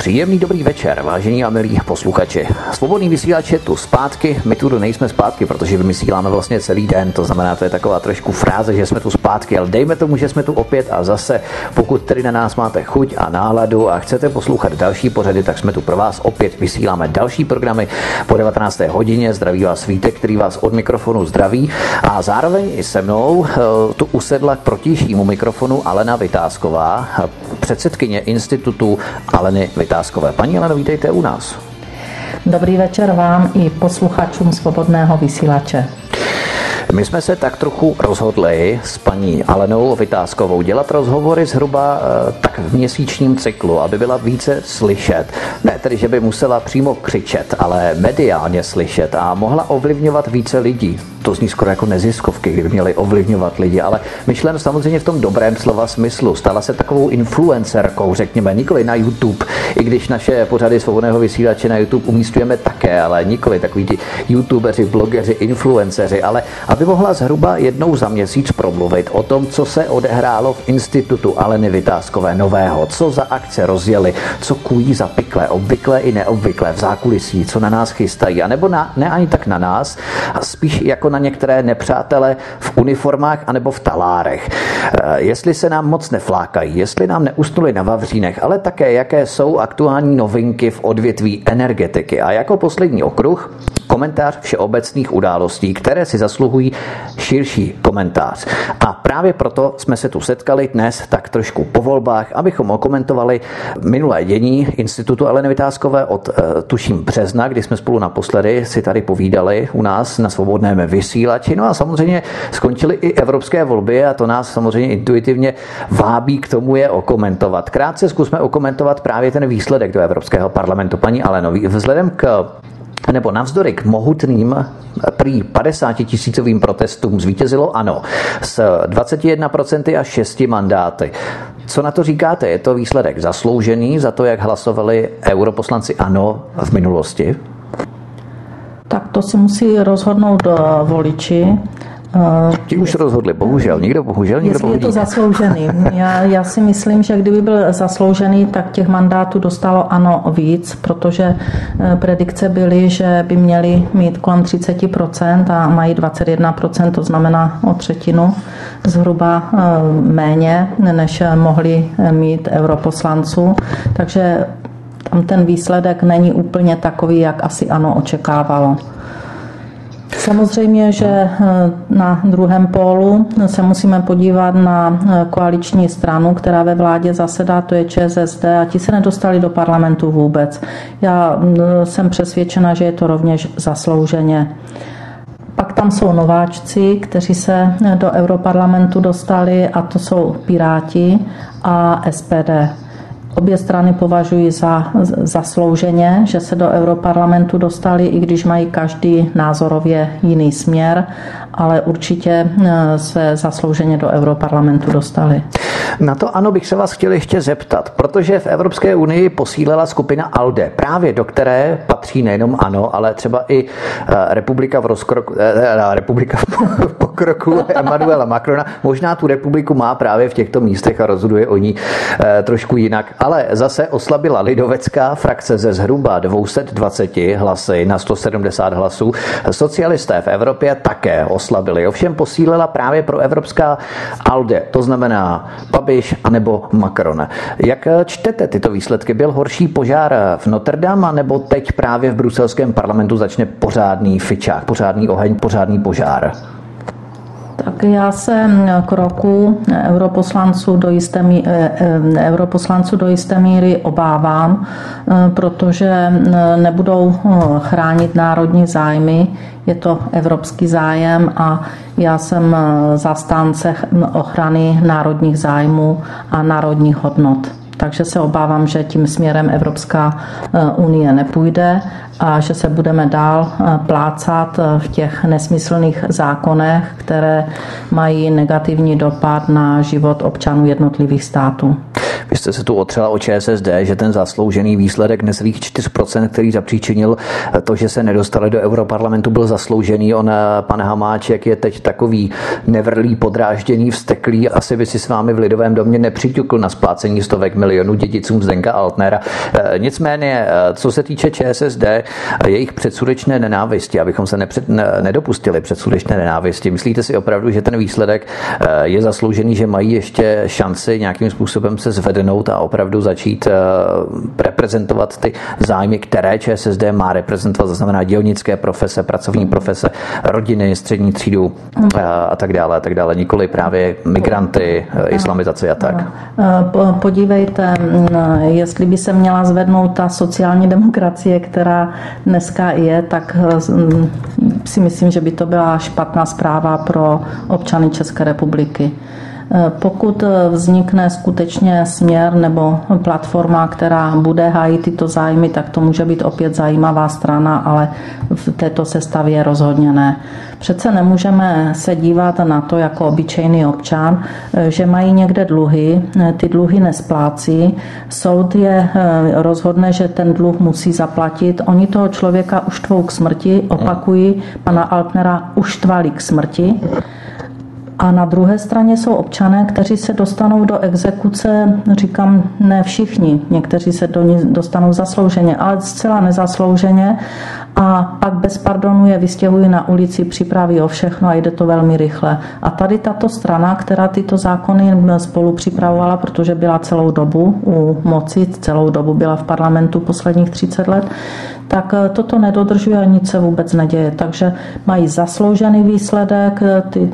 Příjemný dobrý večer, vážení a milí posluchači. Svobodný vysílač je tu zpátky, my tu nejsme zpátky, protože vysíláme vlastně celý den, to znamená, to je taková trošku fráze, že jsme tu zpátky, ale dejme tomu, že jsme tu opět a zase, pokud tedy na nás máte chuť a náladu a chcete poslouchat další pořady, tak jsme tu pro vás opět, vysíláme další programy po 19. hodině, zdraví vás Vítek, který vás od mikrofonu zdraví a zároveň i se mnou tu usedla k protějšímu mikrofonu Alena Vitásková, předsedkyně Institutu Aleny Vitázkové. Paní Aleno, vítejte u nás. Dobrý večer vám i posluchačům Svobodného vysílače. My jsme se tak trochu rozhodli s paní Alenou Vitázkovou dělat rozhovory zhruba tak v měsíčním cyklu, aby byla více slyšet. Ne tedy, že by musela přímo křičet, ale mediálně slyšet a mohla ovlivňovat více lidí. To zní skoro jako neziskovky, kdyby měly ovlivňovat lidi, ale myšleno samozřejmě v tom dobrém slova smyslu. Stala se takovou influencerkou, řekněme, nikoli na YouTube, i když naše pořady Svobodného vysílače na YouTube umístujeme také, ale nikoli takový ti youtubeři, blogeři, influenceři, ale aby mohla zhruba jednou za měsíc promluvit o tom, co se odehrálo v Institutu Aleny Vitázkové Nového, co za akce rozjeli, co kují za pikle, obvyklé i neobvyklé v zákulisí, co na nás chystají, anebo ne ani tak na nás, a spíš jako na některé nepřátele v uniformách anebo v talárech. Jestli se nám moc neflákají, jestli nám neusnuli na vavřínech, ale také jaké jsou aktuální novinky v odvětví energetiky. A jako poslední okruh komentář všeobecných událostí, které si zasluhují širší komentář. A právě proto jsme se tu setkali dnes tak trošku po volbách, abychom okomentovali minulé dění Institutu Aleny Vitázkové od tuším března, kdy jsme spolu naposledy si tady povídali u nás na Svobodném vysílači. No a samozřejmě skončily i evropské volby a to nás samozřejmě intuitivně vábí k tomu je okomentovat. Krátce zkusme okomentovat právě ten výsledek do Evropského parlamentu. Paní Aleno, vzhledem k nebo navzdory k mohutným prý 50 000 protestům zvítězilo ANO s 21% a 6 mandáty. Co na to říkáte? Je to výsledek zasloužený za to, jak hlasovali europoslanci ANO v minulosti? Tak to si musí rozhodnout voliči. Ti už rozhodli, bohužel. Někdo Jestli je to zasloužený. Já si myslím, že kdyby byl zasloužený, tak těch mandátů dostalo ANO víc, protože predikce byly, že by měli mít kolem 30% a mají 21%, to znamená o třetinu zhruba méně, než mohli mít europoslanců. Takže tam ten výsledek není úplně takový, jak asi ANO očekávalo. Samozřejmě, že na druhém pólu se musíme podívat na koaliční stranu, která ve vládě zasedá, to je ČSSD, a ti se nedostali do parlamentu vůbec. Já jsem přesvědčena, že je to rovněž zaslouženě. Pak tam jsou nováčci, kteří se do europarlamentu dostali, a to jsou Piráti a SPD. Obě strany považují za zaslouženě, že se do europarlamentu dostali, i když mají každý názorově jiný směr, ale určitě se zaslouženě do europarlamentu dostali. Na to ano bych se vás chtěl ještě zeptat, protože v Evropské unii posílila skupina ALDE, právě do které patří nejenom ANO, ale třeba i republika v pokroku Emmanuela Macrona. Možná tu republiku má právě v těchto místech a rozhoduje o ní trošku jinak. Ale zase oslabila lidovecká frakce ze zhruba 220 hlasy na 170 hlasů. Socialisté v Evropě také oslabili. Ovšem posílila právě pro evropská ALDE, to znamená Babiš anebo Macron. Jak čtete tyto výsledky? Byl horší požár v Notre Dame, nebo teď právě v bruselském parlamentu začne pořádný fičák, pořádný oheň, pořádný požár? Tak já se kroku europoslanců do jisté míry obávám, protože nebudou chránit národní zájmy. Je to evropský zájem a já jsem zastánce ochrany národních zájmů a národních hodnot. Takže se obávám, že tím směrem Evropská unie nepůjde a že se budeme dál plácat v těch nesmyslných zákonech, které mají negativní dopad na život občanů jednotlivých států. Vy jste se tu otřela o ČSSD, že ten zasloužený výsledek necelých 4%, který zapříčinil to, že se nedostali do Europarlamentu, byl zasloužený. Pan Hamáček je teď takový nevrlý, podrážděný, vzteklý. Asi by si s vámi v Lidovém domě nepřiťukl na splácení stovek milionů dědicům Zdeňka Altnera. Nicméně, co se týče ČSSD, jejich předsudečné nenávisti, abychom se nedopustili předsudečné nenávisti, myslíte si opravdu, že ten výsledek je zasloužený, že mají ještě šanci nějakým způsobem se zvednout a opravdu začít reprezentovat ty zájmy, které ČSSD má reprezentovat, to znamená dělnické profese, pracovní profese, rodiny, střední třídu a tak dále, nikoli právě migranty, islamizaci a tak. Podívejte, jestli by se měla zvednout ta sociální demokracie, která dneska je, tak si myslím, že by to byla špatná zpráva pro občany České republiky. Pokud vznikne skutečně směr nebo platforma, která bude hájit tyto zájmy, tak to může být opět zajímavá strana, ale v této sestavě rozhodně ne. Přece nemůžeme se dívat na to jako obyčejný občan, že mají někde dluhy, ty dluhy nesplácí, soud je rozhodne, že ten dluh musí zaplatit, oni toho člověka uštvou k smrti, opakují, pana Altnera uštvali k smrti. A na druhé straně jsou občané, kteří se dostanou do exekuce, říkám, ne všichni, někteří se do ní dostanou zaslouženě, ale zcela nezaslouženě a pak bez pardonu je vystěhují na ulici, připraví o všechno a jde to velmi rychle. A tady tato strana, která tyto zákony spolu připravovala, protože byla celou dobu u moci, celou dobu byla v parlamentu posledních 30 let, tak toto nedodržuje a nic se vůbec neděje. Takže mají zasloužený výsledek, ty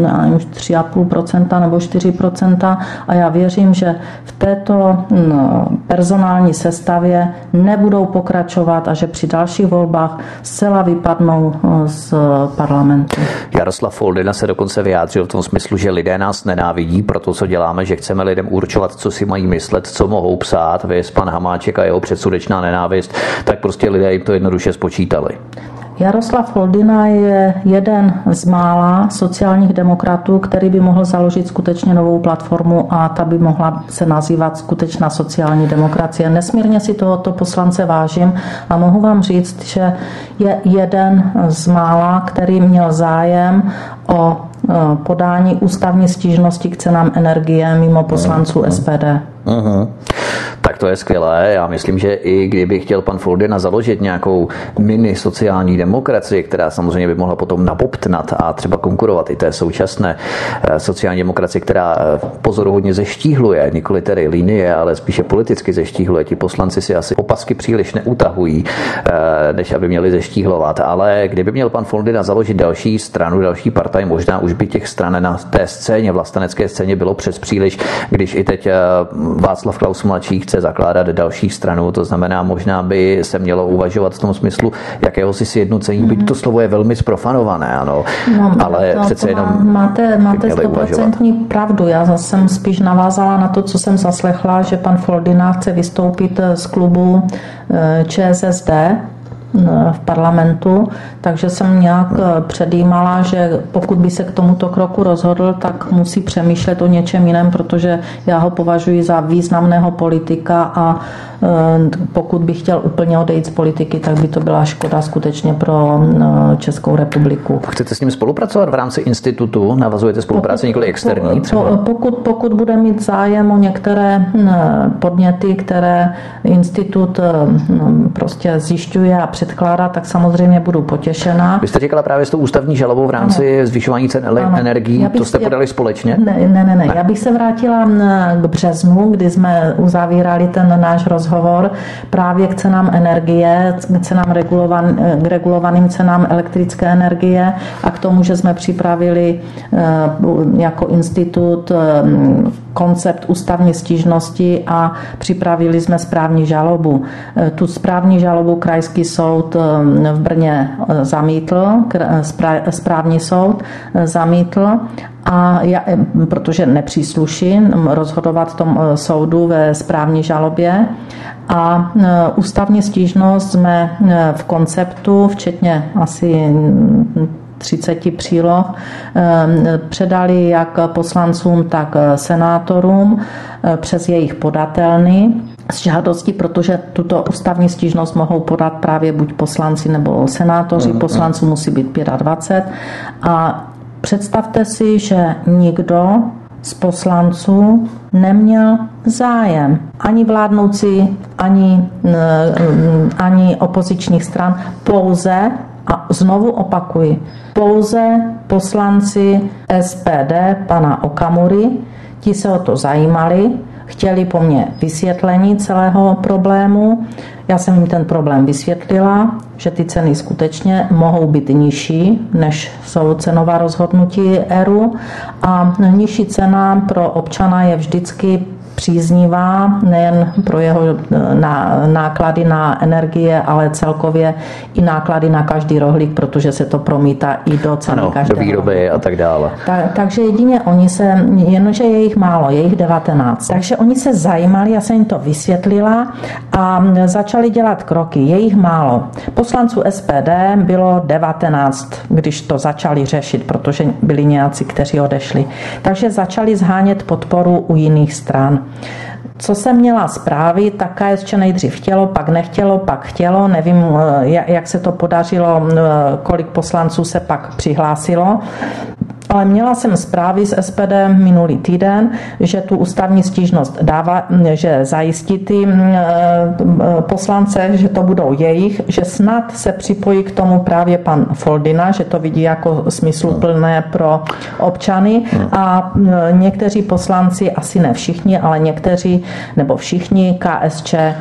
3,5% nebo 4% a já věřím, že v této personální sestavě nebudou pokračovat a že při dalších volbách zcela vypadnou z parlamentu. Jaroslav Foldyna se dokonce vyjádřil v tom smyslu, že lidé nás nenávidí pro to, co děláme, že chceme lidem určovat, co si mají myslet, co mohou psát, viz pan Hamáček a jeho předsudečná nenávist, tak prostě lidé jim to jednoduše spočítali. Jaroslav Foldyna je jeden z mála sociálních demokratů, který by mohl založit skutečně novou platformu a ta by mohla se nazývat skutečná sociální demokracie. Nesmírně si tohoto poslance vážím a mohu vám říct, že je jeden z mála, který měl zájem o podání ústavní stížnosti k cenám energie mimo poslanců SPD. Tak to je skvělé. Já myslím, že i kdyby chtěl pan Foldyna založit nějakou mini sociální demokracii, která samozřejmě by mohla potom nabobtnat a třeba konkurovat i té současné sociální demokracii, která pozoruhodně zeštíhluje, nikoli tedy linie, ale spíše politicky zeštíhluje. Ti poslanci si asi opasky příliš neutahují, než aby měli zeštíhlovat. Ale kdyby měl pan Foldyna založit další stranu, další partaj, možná už by těch stran na té scéně, vlastenecké scéně bylo přes příliš, když i teď Václav Klaus mladší chce zakládat další stranu, to znamená, možná by se mělo uvažovat v tom smyslu jakéhosi sjednocení, byť to slovo je velmi zprofanované, ano, ale přece jenom máte 100% pravdu. Já jsem spíš navázala na to, co jsem zaslechla, že pan Foldyna chce vystoupit z klubu ČSSD v parlamentu, takže jsem nějak předjímala, že pokud by se k tomuto kroku rozhodl, tak musí přemýšlet o něčem jiném, protože já ho považuji za významného politika a pokud by chtěl úplně odejít z politiky, tak by to byla škoda skutečně pro Českou republiku. Chcete s ním spolupracovat v rámci institutu? Navazujete spolupráci nikoli externí? Pokud bude mít zájem o některé podněty, které institut prostě zjišťuje a předkládá, tak samozřejmě budu potěšená. Vy jste říkala právě s tou ústavní žalobou v rámci zvyšování cen energií, to jste podali společně? Ne. Já bych se vrátila k březnu, kdy jsme uzavírali ten náš rozhovor právě k cenám energie, k cenám regulovaným cenám elektrické energie a k tomu, že jsme připravili jako institut koncept ústavní stížnosti a připravili jsme správní žalobu. Tu správní žalobu krajský soud v Brně zamítl, správní soud zamítl, protože nepřísluší rozhodovat tom soudu ve správní žalobě. A ústavní stížnost jsme v konceptu, včetně asi 30 příloh, předali jak poslancům, tak senátorům přes jejich podatelny s žádostí, protože tuto ústavní stížnost mohou podat právě buď poslanci nebo senátoři. Poslanců musí být 25. A představte si, že nikdo z poslanců neměl zájem ani vládnoucí, ani opozičních stran, pouze, a znovu opakuji, pouze poslanci SPD pana Okamury, ti se o to zajímali, chtěli po mně vysvětlení celého problému. Já jsem jim ten problém vysvětlila, že ty ceny skutečně mohou být nižší, než jsou cenová rozhodnutí ERÚ, a nižší cena pro občana je vždycky příznivá, nejen pro jeho náklady na energie, ale celkově i náklady na každý rohlík, protože se to promítá i do ceny každého do výroby rohlíku a tak dále. Takže jedině oni se, jenomže je jich málo, je jich 19. Takže oni se zajímali, já jsem jim to vysvětlila a začali dělat kroky. Je jich málo. Poslanců SPD bylo 19, když to začali řešit, protože byli nějací, kteří odešli. Takže začali zhánět podporu u jiných stran. Co jsem měla zprávy, tak KSČ nejdřív chtělo, pak nechtělo, pak chtělo. Nevím, jak se to podařilo, kolik poslanců se pak přihlásilo. Ale měla jsem zprávy z SPD minulý týden, že tu ústavní stížnost dává, že zajistí ty poslance, že to budou jejich, že snad se připojí k tomu právě pan Foldyna, že to vidí jako smysluplné pro občany, a někteří poslanci, asi ne všichni, ale někteří nebo všichni KSČM,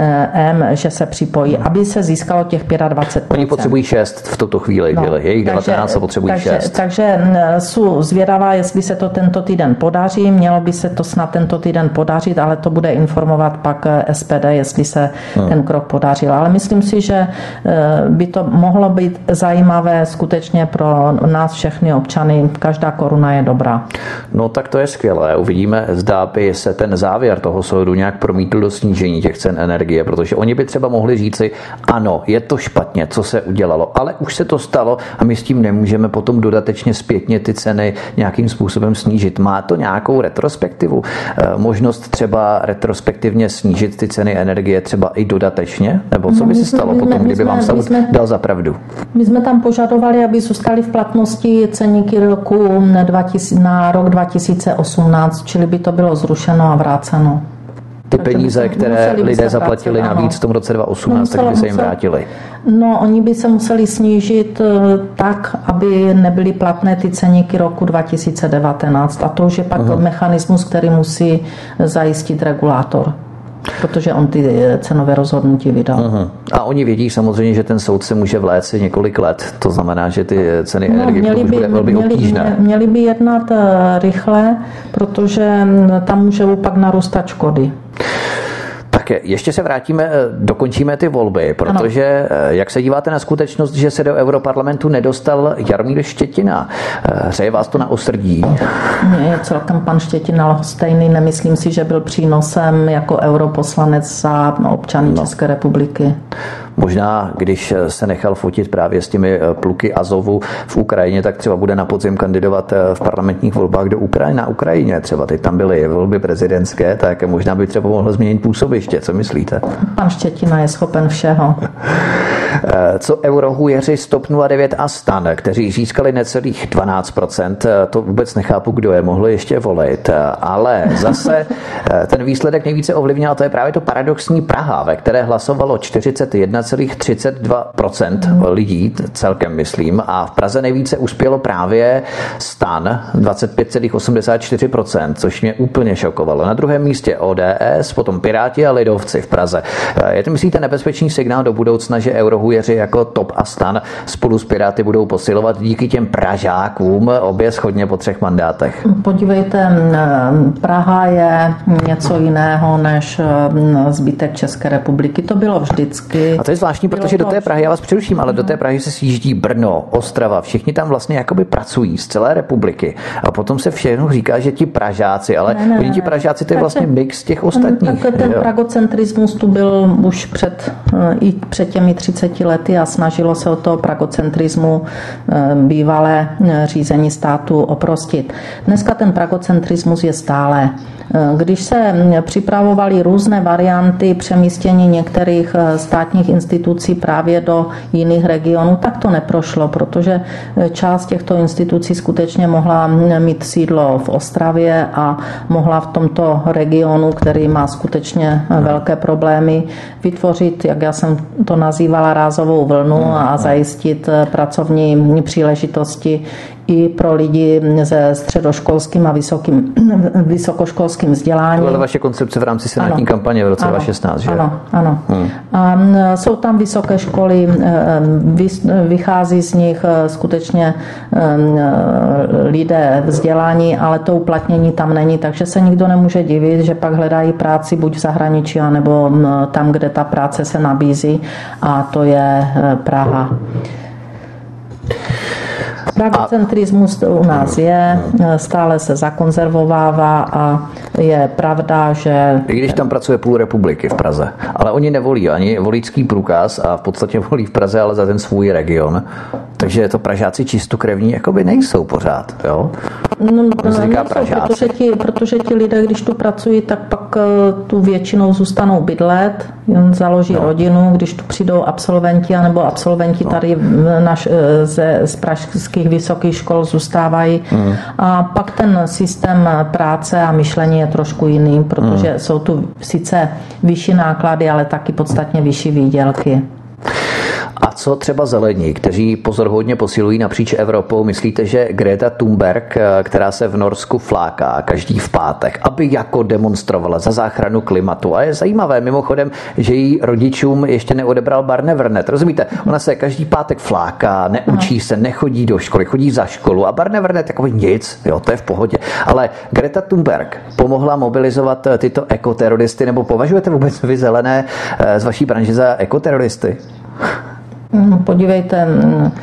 že se připojí, aby se získalo těch 25%. Oni potřebují 6 v tuto chvíli, jejich 19 se potřebují 6. Takže jsou zvědavá, jestli se to tento týden podaří. Mělo by se to snad tento týden podařit, ale to bude informovat pak SPD, jestli se ten krok podařil. Ale myslím si, že by to mohlo být zajímavé skutečně pro nás všechny občany. Každá koruna je dobrá. No tak to je skvělé. Uvidíme, zda by se ten závěr toho soudu nějak promítl do snížení těch cen energie, protože oni by třeba mohli říci, ano, je to špatně, co se udělalo, ale už se to stalo a my s tím nemůžeme potom dodatečně zpětně ty ceny nějakým způsobem snížit. Má to nějakou retrospektivu? Možnost třeba retrospektivně snížit ty ceny energie třeba i dodatečně? Nebo co by se stalo potom, kdyby vám soud dal za pravdu? My jsme tam požadovali, aby zůstaly v platnosti ceníky na rok 2018, čili by to bylo zrušeno a vráceno. Ty peníze, které lidé zaplatili navíc v tom roce 2018, tak by se jim vrátily. No, oni by se museli snížit tak, aby nebyly platné ty ceníky roku 2019. A to už je pak mechanismus, který musí zajistit regulátor, protože on ty cenové rozhodnutí vydal. A oni vědí samozřejmě, že ten soud se může vléct několik let. To znamená, že ty ceny energie bude velmi obtížné. Měli by jednat rychle, protože tam můžou pak narůstat škody. Tak ještě se vrátíme, dokončíme ty volby, protože jak se díváte na skutečnost, že se do Europarlamentu nedostal Jaromír Štětina? Hřeje vás to na osrdí? Ne, celkem pan Štětina lhostejný, nemyslím si, že byl přínosem jako europoslanec za občany České republiky. Možná, když se nechal fotit právě s těmi pluky Azovu v Ukrajině, tak třeba bude na podzim kandidovat v parlamentních volbách na Ukrajině. Třeba teď tam byly volby prezidentské, tak možná by třeba mohl změnit působiště. Co myslíte? Pan Štětina je schopen všeho. Co eurohujeři z TOP 09 a STAN, kteří získali necelých 12%, to vůbec nechápu, kdo je mohl ještě volit. Ale zase ten výsledek nejvíce ovlivnil, a to je právě to paradoxní Praha, ve které hlasovalo 41,32% lidí, celkem myslím, a v Praze nejvíce uspělo právě STAN, 25,84%, což mě úplně šokovalo. Na druhém místě ODS, potom Piráti a Lidovci v Praze. Je to, myslíte, nebezpečný signál do budoucna, že eurohujeři jako TOP a STAN spolu s Piráty budou posilovat díky těm Pražákům obě shodně po 3 mandátech? Podívejte, Praha je něco jiného než zbytek České republiky. To bylo vždycky. A to je zvláštní, protože do té Prahy, já vás přeruším, ale do té Prahy se sjíždí Brno, Ostrava, všichni tam vlastně jakoby pracují z celé republiky. A potom se všechno říká, že ti Pražáci, ale oni ti Pražáci, to je vlastně mix těch ostatních. Tak ten pragocentrismus tu byl už před i před těmi 30 lety a snažilo se od toho pragocentrismu bývalé řízení státu oprostit. Dneska ten pragocentrismus je stále. Když se připravovaly různé varianty přemístění některých státních institucí právě do jiných regionů, tak to neprošlo, protože část těchto institucí skutečně mohla mít sídlo v Ostravě a mohla v tomto regionu, který má skutečně velké problémy, vytvořit, jak já jsem to nazývala, rázovou vlnu a zajistit pracovní příležitosti i pro lidi se středoškolským a vysokoškolským vzděláním. To byla vaše koncepce v rámci senátní kampaně v roce 2016, že? Ano. A jsou tam vysoké školy, vychází z nich skutečně lidé vzdělání, ale to uplatnění tam není, takže se nikdo nemůže divit, že pak hledají práci buď v zahraničí, nebo tam, kde ta práce se nabízí, a to je Praha. Pragocentrismus u nás je, stále se zakonzervovává a je pravda, že... I když tam pracuje půl republiky v Praze, ale oni nevolí ani voličský průkaz a v podstatě volí v Praze, ale za ten svůj region. Takže to Pražáci čistokrevní jakoby nejsou pořád, jo? Protože ti lidé, když tu pracují, tak pak tu většinou zůstanou bydlet, jen založí rodinu, když tu přijdou absolventi anebo absolventi tady z pražských vysokých škol zůstávají. A pak ten systém práce a myšlení je trošku jiný, protože jsou tu sice vyšší náklady, ale taky podstatně vyšší výdělky. A co třeba zelení, kteří pozoruhodně posilují napříč Evropou? Myslíte, že Greta Thunberg, která se v Norsku fláká každý v pátek, aby jako demonstrovala za záchranu klimatu? A je zajímavé mimochodem, že jí rodičům ještě neodebral Barnevernet. Rozumíte? Ona se každý pátek fláká, neučí se, nechodí do školy, chodí za školu a Barnevernet takový nic, jo, to je v pohodě. Ale Greta Thunberg pomohla mobilizovat tyto ekoteroristy, nebo považujete vůbec vy zelené z vaší branže za ekoteroristy? Podívejte,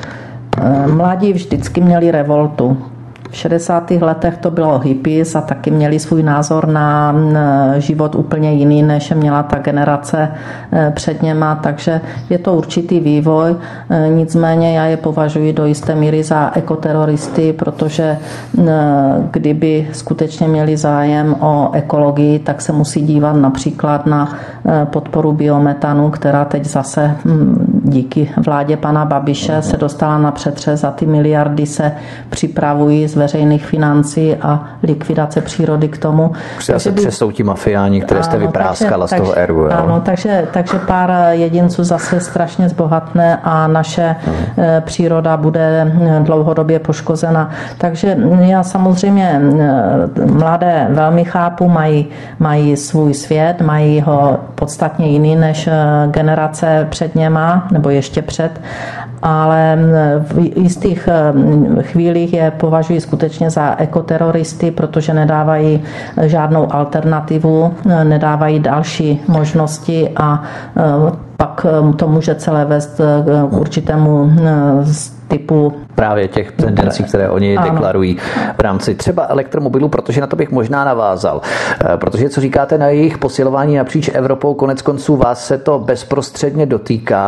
mladí vždycky měli revoltu. V 60. letech to bylo hippies a taky měli svůj názor na život úplně jiný, než měla ta generace před něma, takže je to určitý vývoj. Nicméně já je považuji do jisté míry za ekoteroristy, protože kdyby skutečně měli zájem o ekologii, tak se musí dívat například na podporu biometanu, která teď zase díky vládě pana Babiše se dostala na přetřes a ty miliardy se připravují z veřejných financí a likvidace přírody k tomu. Už se třesou ti mafiáni, které jste vypráskala z toho ERU. Jo? Ano, takže pár jedinců zase strašně zbohatne a naše příroda bude dlouhodobě poškozena. Takže já samozřejmě mladé velmi chápu, mají svůj svět, mají ho podstatně jiný než generace před něma, nebo ještě před, ale v jistých chvílích je považuji skutečně za ekoteroristy, protože nedávají žádnou alternativu, nedávají další možnosti a pak to může celé vést k určitému typu právě těch tendencí, které oni deklarují v rámci třeba elektromobilů, protože na to bych možná navázal. Protože co říkáte na jejich posilování napříč Evropou, konec konců vás se to bezprostředně dotýká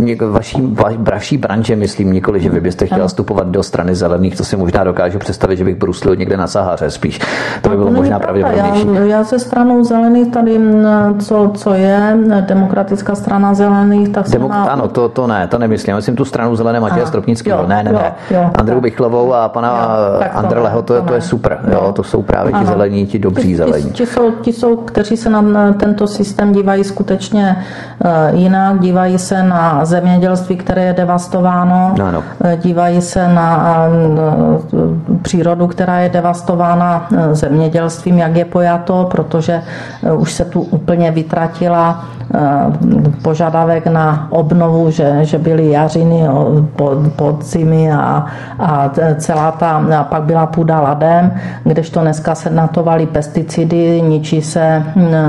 vaší branže, myslím, nikoli, že vy byste chtěla vstupovat do strany zelených, to si možná dokážu představit, že bych bruslil někde na Sahaře spíš. To by bylo možná pravděpodobnější. Já se stranou zelených tady, co je Demokratická strana zelených, tak se má... Ano, to ne, to nemyslím. Myslím tu stranu zelené Matěje Stropnického. Ne. Andreu Bichlovou a pana Andrleho, to je super. Jo, to jsou právě ti zelení, ti dobří zelení. Ti jsou, kteří se na tento systém dívají skutečně jinak, dívají se na zemědělství, které je devastováno, dívají se na přírodu, která je devastována zemědělstvím, jak je pojato, protože už se tu úplně vytratila požadavek na obnovu, že byly jařiny, podzimy a celá a pak byla půda ladem, kdežto dneska se natovaly pesticidy, ničí se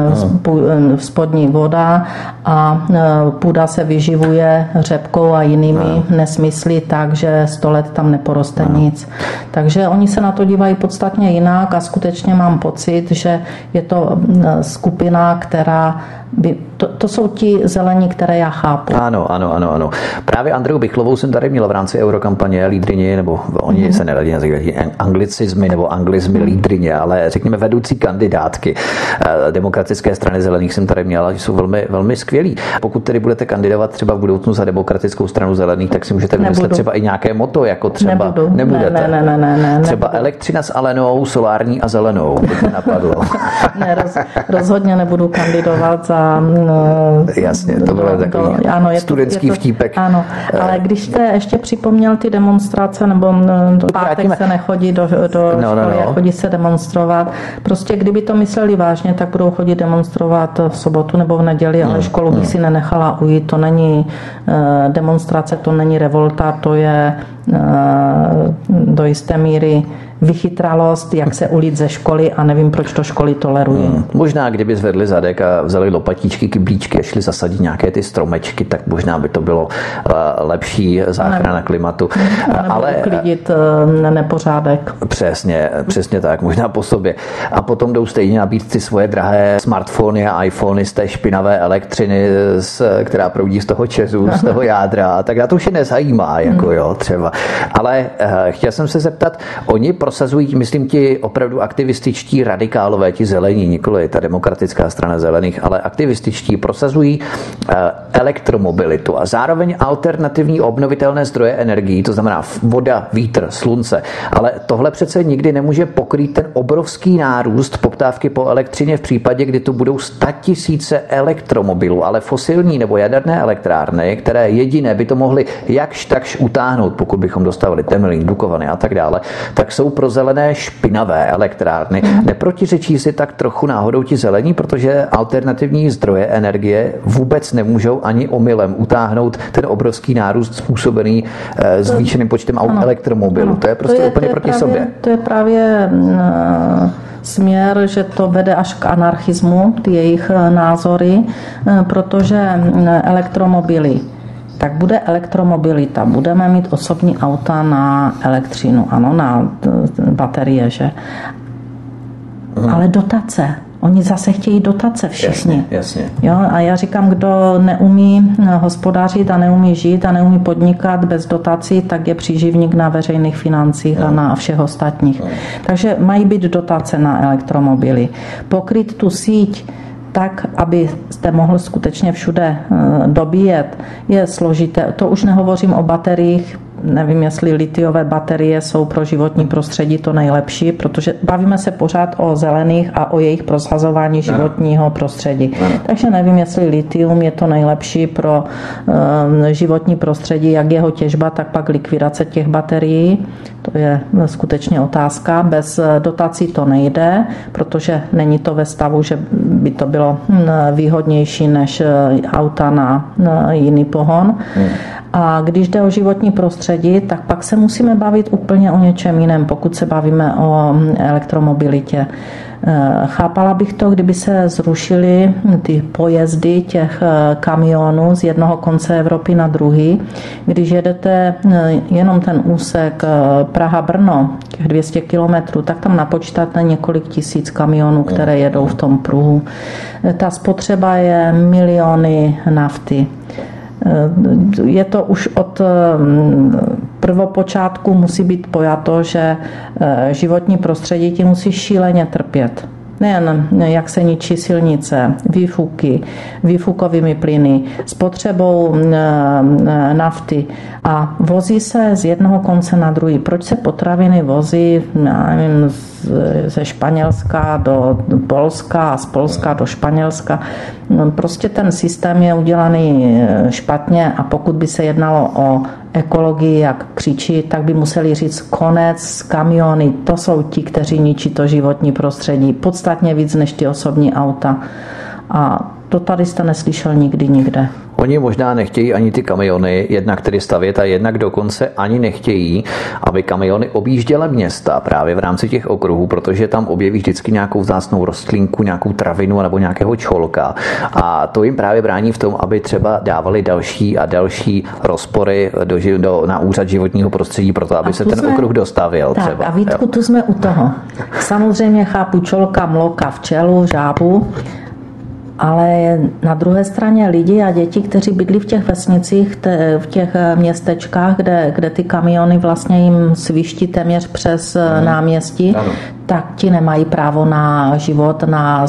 spodní voda a půda se vyživuje řepkou a jinými nesmysly, takže 100 let tam neporoste nic. Takže oni se na to dívají podstatně jinak a skutečně mám pocit, že je to skupina, která by To jsou ti zelení, které já chápu. Ano. Právě Andreu Bychlovou jsem tady měl v rámci eurokampaně lídrině, nebo oni se neradí nazývají anglicizmy nebo anglizmy lídrině, ale řekněme vedoucí kandidátky Demokratické strany zelených jsem tady měla, že jsou velmi, velmi skvělí. Pokud tedy budete kandidovat třeba v budoucnu za Demokratickou stranu zelených, tak si můžete vymyslet třeba i nějaké motto, jako třeba nebudete. Ne, třeba elektřina s Alenou, solární a zelenou, by to napadlo. Ne, rozhodně nebudu kandidovat za... Jasně, to bylo takový studentský vtípek. Ano, ale když jste ještě připomněl ty demonstrace, nebo pátek se nechodí do školy, chodí se demonstrovat. Prostě kdyby to mysleli vážně, tak budou chodit demonstrovat v sobotu nebo v neděli, ale školu bych si nenechala ujít. To není demonstrace, to není revolta, to je do jisté míry vychytralost, jak se ulít ze školy a nevím, proč to školy tolerují. Možná, kdyby zvedli zadek a vzali lopatíčky, kyblíčky a šli zasadit nějaké ty stromečky, tak možná by to bylo lepší záchrana klimatu. Ale uklidit nepořádek. Přesně tak, možná po sobě. A potom jdou stejně nabít ty svoje drahé smartfony a iPhony z té špinavé elektřiny, která proudí z toho ČEZu, z toho jádra. Tak na to už je nezajímá, jako jo, třeba. Ale chtěl jsem se zeptat, oni prosazují, myslím, ti opravdu aktivističtí radikálové, ti zelení, nikoli ta Demokratická strana zelených, ale aktivističtí prosazují elektromobilitu a zároveň alternativní obnovitelné zdroje energií, to znamená voda, vítr, slunce. Ale tohle přece nikdy nemůže pokrýt ten obrovský nárůst poptávky po elektřině v případě, kdy tu budou 100 000 elektromobilů, ale fosilní nebo jaderné elektrárny, které jediné by to mohly jakž takž utáhnout, pokud bychom dostávali Temelín, Dukovany a tak dále, tak jsou pro zelené špinavé elektrárny. Neprotiřečí si tak trochu náhodou ti zelení, protože alternativní zdroje energie vůbec nemůžou ani omylem utáhnout ten obrovský nárůst způsobený zvýšeným počtem elektromobilů. To je prostě úplně proti sobě. To je právě směr, že to vede až k anarchismu, ty jejich názory, protože elektromobily, tak bude elektromobilita. Budeme mít osobní auta na elektřinu, ano, na baterie, že? Ale dotace. Oni zase chtějí dotace všichni. Jasně. Jo, a já říkám, kdo neumí hospodařit a neumí žít a neumí podnikat bez dotací, tak je příživník na veřejných financích a na všech ostatních. Takže mají být dotace na elektromobily. Pokryt tu síť tak, abyste mohl skutečně všude dobíjet, je složité. To už nehovořím o bateriích. Nevím, jestli litiové baterie jsou pro životní prostředí to nejlepší, protože bavíme se pořád o zelených a o jejich prosazování životního prostředí. Takže nevím, jestli litium je to nejlepší pro životní prostředí, jak jeho těžba, tak pak likvidace těch baterií. To je skutečně otázka. Bez dotací to nejde, protože není to ve stavu, že by to bylo výhodnější než auta na jiný pohon. A když jde o životní prostředí, tak pak se musíme bavit úplně o něčem jiném, pokud se bavíme o elektromobilitě. Chápala bych to, kdyby se zrušily ty pojezdy těch kamionů z jednoho konce Evropy na druhý. Když jedete jenom ten úsek Praha-Brno, těch 200 kilometrů, tak tam napočítáte několik tisíc kamionů, které jedou v tom pruhu. Ta spotřeba je miliony nafty. Je to už od prvopočátku musí být pojato, že životní prostředí ti musí šíleně trpět. Nejen jak se ničí silnice, výfuky, výfukovými plyny, spotřebou nafty a vozí se z jednoho konce na druhý. Proč se potraviny vozí, já nevím, ze Španělska do Polska a z Polska do Španělska? Prostě ten systém je udělaný špatně a pokud by se jednalo o ekologii, jak křičí, tak by museli říct konec s kamiony. To jsou ti, kteří ničí to životní prostředí. Podstatně víc než ty osobní auta. A to tady jste neslyšel nikdy nikde. Oni možná nechtějí ani ty kamiony jednak tedy stavět a jednak dokonce ani nechtějí, aby kamiony objížděly města právě v rámci těch okruhů, protože tam objeví vždycky nějakou vzácnou rostlinku, nějakou travinu nebo nějakého čholka. A to jim právě brání v tom, aby třeba dávali další a další rozpory na úřad životního prostředí, proto aby se ten okruh dostavil. Tak třeba. A Vítku, tu jsme u toho. Samozřejmě chápu čolka, mloka, včelu, žábu. Ale na druhé straně lidi a děti, kteří bydlí v těch vesnicích, v těch městečkách, kde ty kamiony vlastně jim sviští téměř přes náměstí, tak ti nemají právo na život, na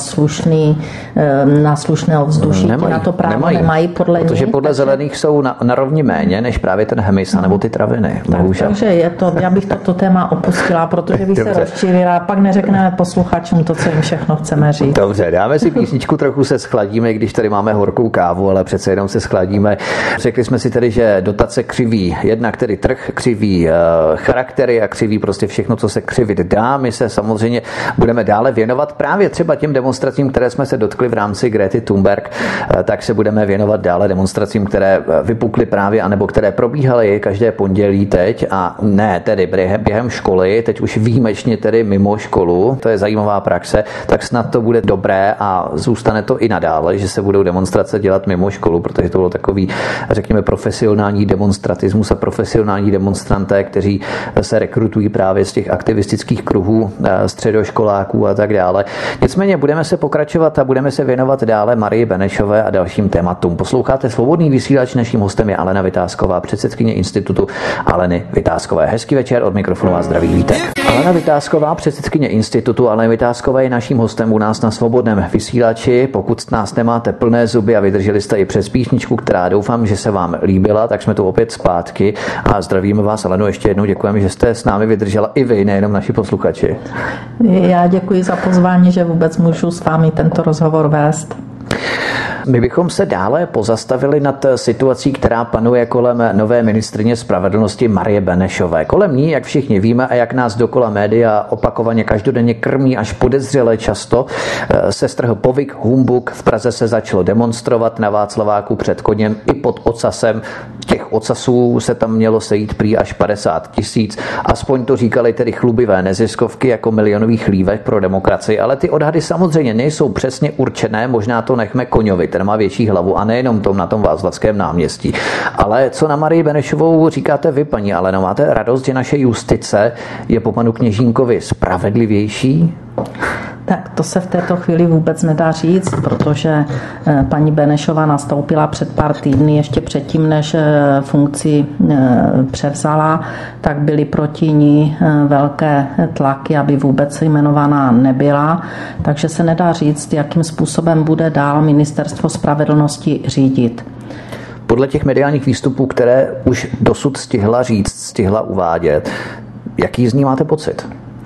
slušné ovzduší. Nemají, na to právo nemají podle protože nich. podle zelených jsou na rovni méně než právě ten hmyz nebo ty traviny. Takže je to, já bych toto téma opustila, protože bych se rozčilila a pak neřekneme posluchačům to, co jim všechno chceme říct. Dobře, dáme si písničku, trochu se schladíme, když tady máme horkou kávu, ale přece jenom se schladíme. Řekli jsme si tedy, že dotace křiví jednak tedy trh, křiví charaktery a křiví prostě všechno, co se křivit dá. My se samozřejmě budeme dále věnovat právě třeba těm demonstracím, které jsme se dotkli v rámci Grety Thunberg, tak se budeme věnovat dále demonstracím, které vypukly právě, anebo které probíhaly každé pondělí teď a ne tedy během školy, teď už výjimečně tedy mimo školu, to je zajímavá praxe, tak snad to bude dobré a zůstane to i nadále, že se budou demonstrace dělat mimo školu, protože to bylo takový, řekněme, profesionální demonstratismus a profesionální demonstranté, kteří se rekrutují právě z těch aktivistických kruhů středoškoláků a tak dále. Nicméně budeme se pokračovat a budeme se věnovat dále Marii Benešové a dalším tématům. Posloucháte Svobodný vysílač, naším hostem je Alena Vitásková, předsedkyně Institutu Aleny Vitáskové. Hezký večer, od mikrofonu vás zdraví Vítek. Alena Vitásková, předsedkyně Institutu Aleny Vitáskové, je naším hostem u nás na Svobodném vysílači. Pokud nás nemáte plné zuby a vydrželi jste i přes písničku, která doufám, že se vám líbila, tak jsme tu opět zpátky a zdravíme vás, Aleno, ještě jednou děkujeme, že jste s námi vydržela i vy, nejenom naši posluchači. Já děkuji za pozvání, že vůbec můžu s vámi tento rozhovor vést. My bychom se dále pozastavili nad situací, která panuje kolem nové ministryně spravedlnosti Marie Benešové. Kolem ní, jak všichni víme a jak nás dokola média opakovaně každodenně krmí až podezřele často, se strhl povyk, humbuk. V Praze se začalo demonstrovat na Václaváku před Koněm i pod ocasem. Těch ocasů se tam mělo sejít prý až 50 000. Aspoň to říkali tedy chlubivé neziskovky jako milionový chlívek pro demokracii, ale ty odhady samozřejmě nejsou přesně určené, možná to nechme Koňovi, ten má větší hlavu a nejenom na tom Václavském náměstí. Ale co na Marii Benešovou říkáte vy, paní Aleno? Máte radost, že naše justice je po panu Kněžínkovi spravedlivější? Tak to se v této chvíli vůbec nedá říct, protože paní Benešová nastoupila před pár týdny, ještě předtím, než funkci převzala, tak byly proti ní velké tlaky, aby vůbec jmenovaná nebyla. Takže se nedá říct, jakým způsobem bude dál Ministerstvo spravedlnosti řídit. Podle těch mediálních výstupů, které už dosud stihla říct, stihla uvádět, jaký z ní máte pocit?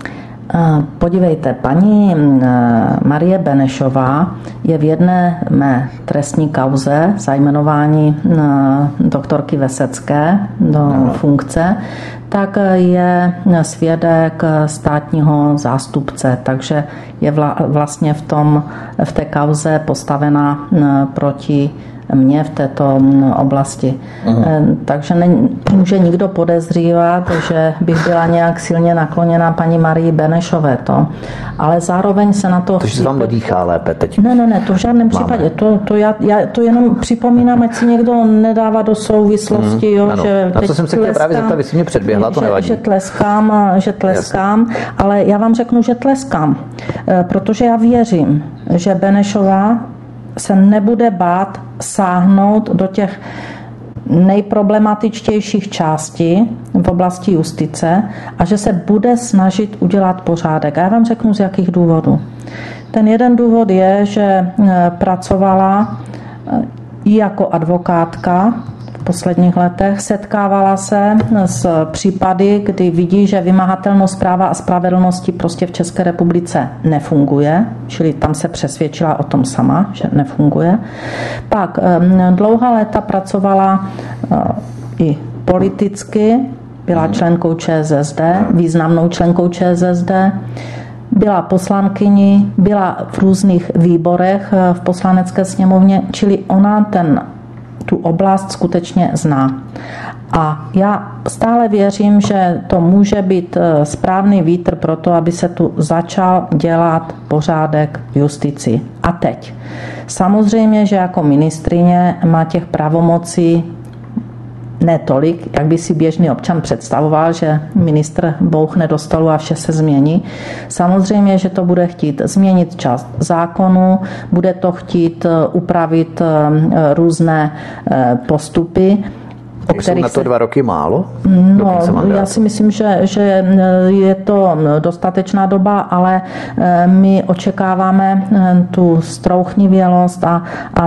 Podívejte, paní Marie Benešová je v jedné mé trestní kauze za jmenování doktorky Vesecké do funkce, tak je svědek státního zástupce, takže je vlastně v té kauze postavena proti mě v této oblasti. Takže nemůže nikdo podezřívat, že bych byla nějak silně nakloněná paní Marii Benešové. Ale zároveň se na to... Takže se vám nedýchá lépe teď? Ne, to v žádném případě. Já to jenom připomínám, ať si někdo nedává do souvislosti. Ano. Že na to jsem se chtěla právě zeptat, vy si mě předběhla, to nevadí. Že tleskám, ale já vám řeknu, že tleskám, protože já věřím, že Benešová se nebude bát sáhnout do těch nejproblematičtějších částí v oblasti justice a že se bude snažit udělat pořádek. A já vám řeknu, z jakých důvodů. Ten jeden důvod je, že pracovala i jako advokátka v posledních letech, setkávala se s případy, kdy vidí, že vymahatelnost práva a spravedlnosti prostě v České republice nefunguje, čili tam se přesvědčila o tom sama, že nefunguje. Pak dlouhá léta pracovala i politicky, byla členkou ČSSD, významnou členkou ČSSD, byla poslankyní, byla v různých výborech v Poslanecké sněmovně, čili ona tu oblast skutečně zná. A já stále věřím, že to může být správný vítr pro to, aby se tu začal dělat pořádek v justici. A teď. Samozřejmě, že jako ministryně má těch pravomocí ne tolik, jak by si běžný občan představoval, že ministr bouchne do stolu a vše se změní. Samozřejmě, že to bude chtít změnit část zákonu, bude to chtít upravit různé postupy. Jsou na to 2 roky málo? No, já si myslím, že je to dostatečná doba, ale my očekáváme tu strouchnivělost a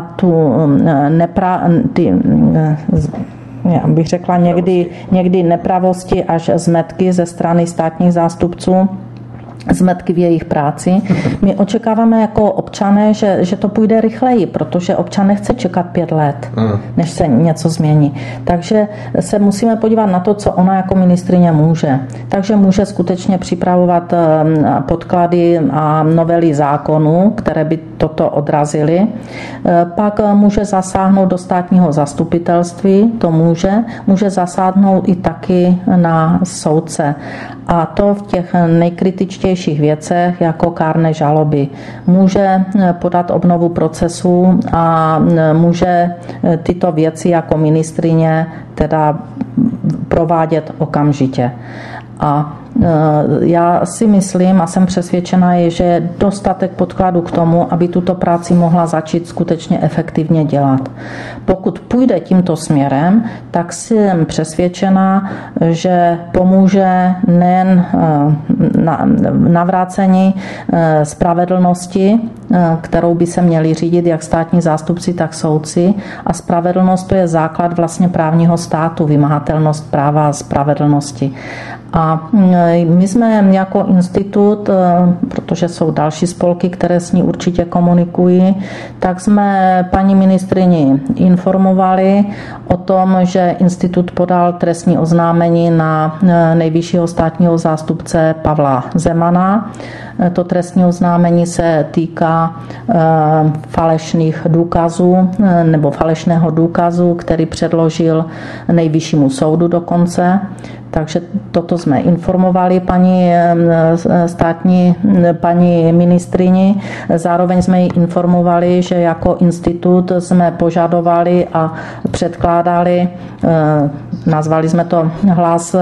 já bych řekla někdy nepravosti až zmetky ze strany státních zástupců, zmetky v jejich práci. My očekáváme jako občané, že to půjde rychleji, protože občan nechce čekat 5 let, než se něco změní. Takže se musíme podívat na to, co ona jako ministryně může. Takže může skutečně připravovat podklady a novely zákonů, které by toto odrazily. Pak může zasáhnout do státního zastupitelství, to může zasáhnout i taky na soudce. A to v těch nejkritičtějších věcech jako kárné žaloby. Může podat obnovu procesu a může tyto věci jako ministryně teda provádět okamžitě. A já si myslím a jsem přesvědčena, že je dostatek podkladu k tomu, aby tuto práci mohla začít skutečně efektivně dělat. Pokud půjde tímto směrem, tak jsem přesvědčena, že pomůže nejen navrácení spravedlnosti, kterou by se měli řídit jak státní zástupci, tak soudci. A spravedlnost to je základ vlastně právního státu, vymahatelnost práva a spravedlnosti. A my jsme jako institut, protože jsou další spolky, které s ní určitě komunikují, tak jsme paní ministryni informovali o tom, že institut podal trestní oznámení na nejvyššího státního zástupce Pavla Zemana. To trestní oznámení se týká falešných důkazů nebo falešného důkazu, který předložil nejvyššímu soudu dokonce. Takže toto jsme informovali paní ministryni. Zároveň jsme ji informovali, že jako institut jsme požadovali a předkládali, nazvali jsme to hlas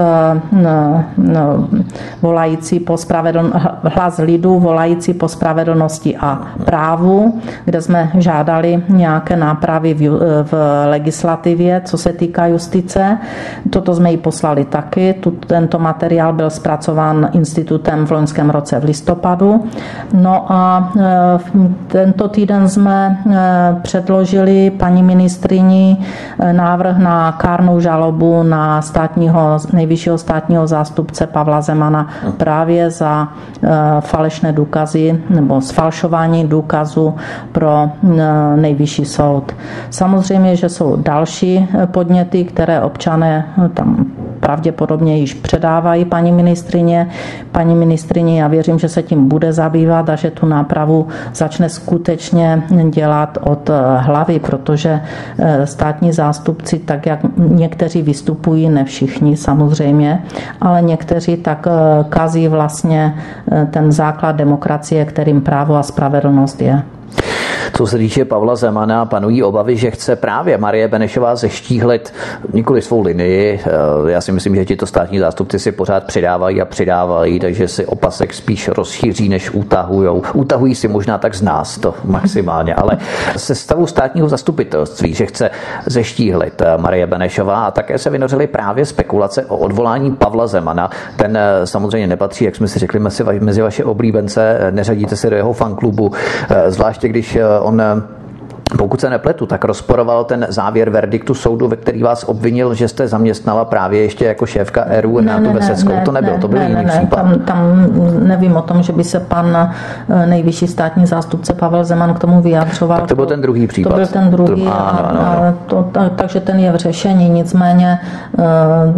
hlas lidu volající po spravedlnosti a právu, kde jsme žádali nějaké nápravy v legislativě, co se týká justice. Toto jsme jí poslali taky. Tento materiál byl zpracován institutem v loňském roce v listopadu. No a tento týden jsme předložili paní ministryni návrh na kárnou žalobu na nejvyššího státního zástupce Pavla Zemana právě za falešné důkazy nebo sfalšování důkazu pro nejvyšší soud. Samozřejmě, že jsou další podněty, které občané tam pravděpodobně již předávají paní ministrině. Paní ministrině, já věřím, že se tím bude zabývat a že tu nápravu začne skutečně dělat od hlavy, protože státní zástupci, tak jak někteří vystupují, ne všichni samozřejmě, ale někteří tak kazí vlastně ten základ demokracie, kterým právo a spravedlnost je. Co se týče Pavla Zemana, panují obavy, že chce právě Marie Benešová zeštíhlit nikoli svou linii. Já si myslím, že tito státní zástupci si pořád přidávají, takže si opasek spíš rozšíří, než utahujou. Utahují si možná tak z nás to maximálně, ale se stavu státního zastupitelství, že chce zeštíhlit Marie Benešová, a také se vynořily právě spekulace o odvolání Pavla Zemana. Ten samozřejmě nepatří, jak jsme si řekli, mezi vaše oblíbence, neřadíte se do jeho fanklubu, zvláště když on, pokud se nepletu, tak rozporoval ten závěr verdiktu soudu, ve který vás obvinil, že jste zaměstnala právě ještě jako šéfka ERÚ Renátu Veseckou. To nebyl, to byl jiný případ. Tam nevím o tom, že by se pan nejvyšší státní zástupce Pavel Zeman k tomu vyjadřoval. Tak to byl ten druhý případ. To byl ten druhý, takže ten je v řešení. Nicméně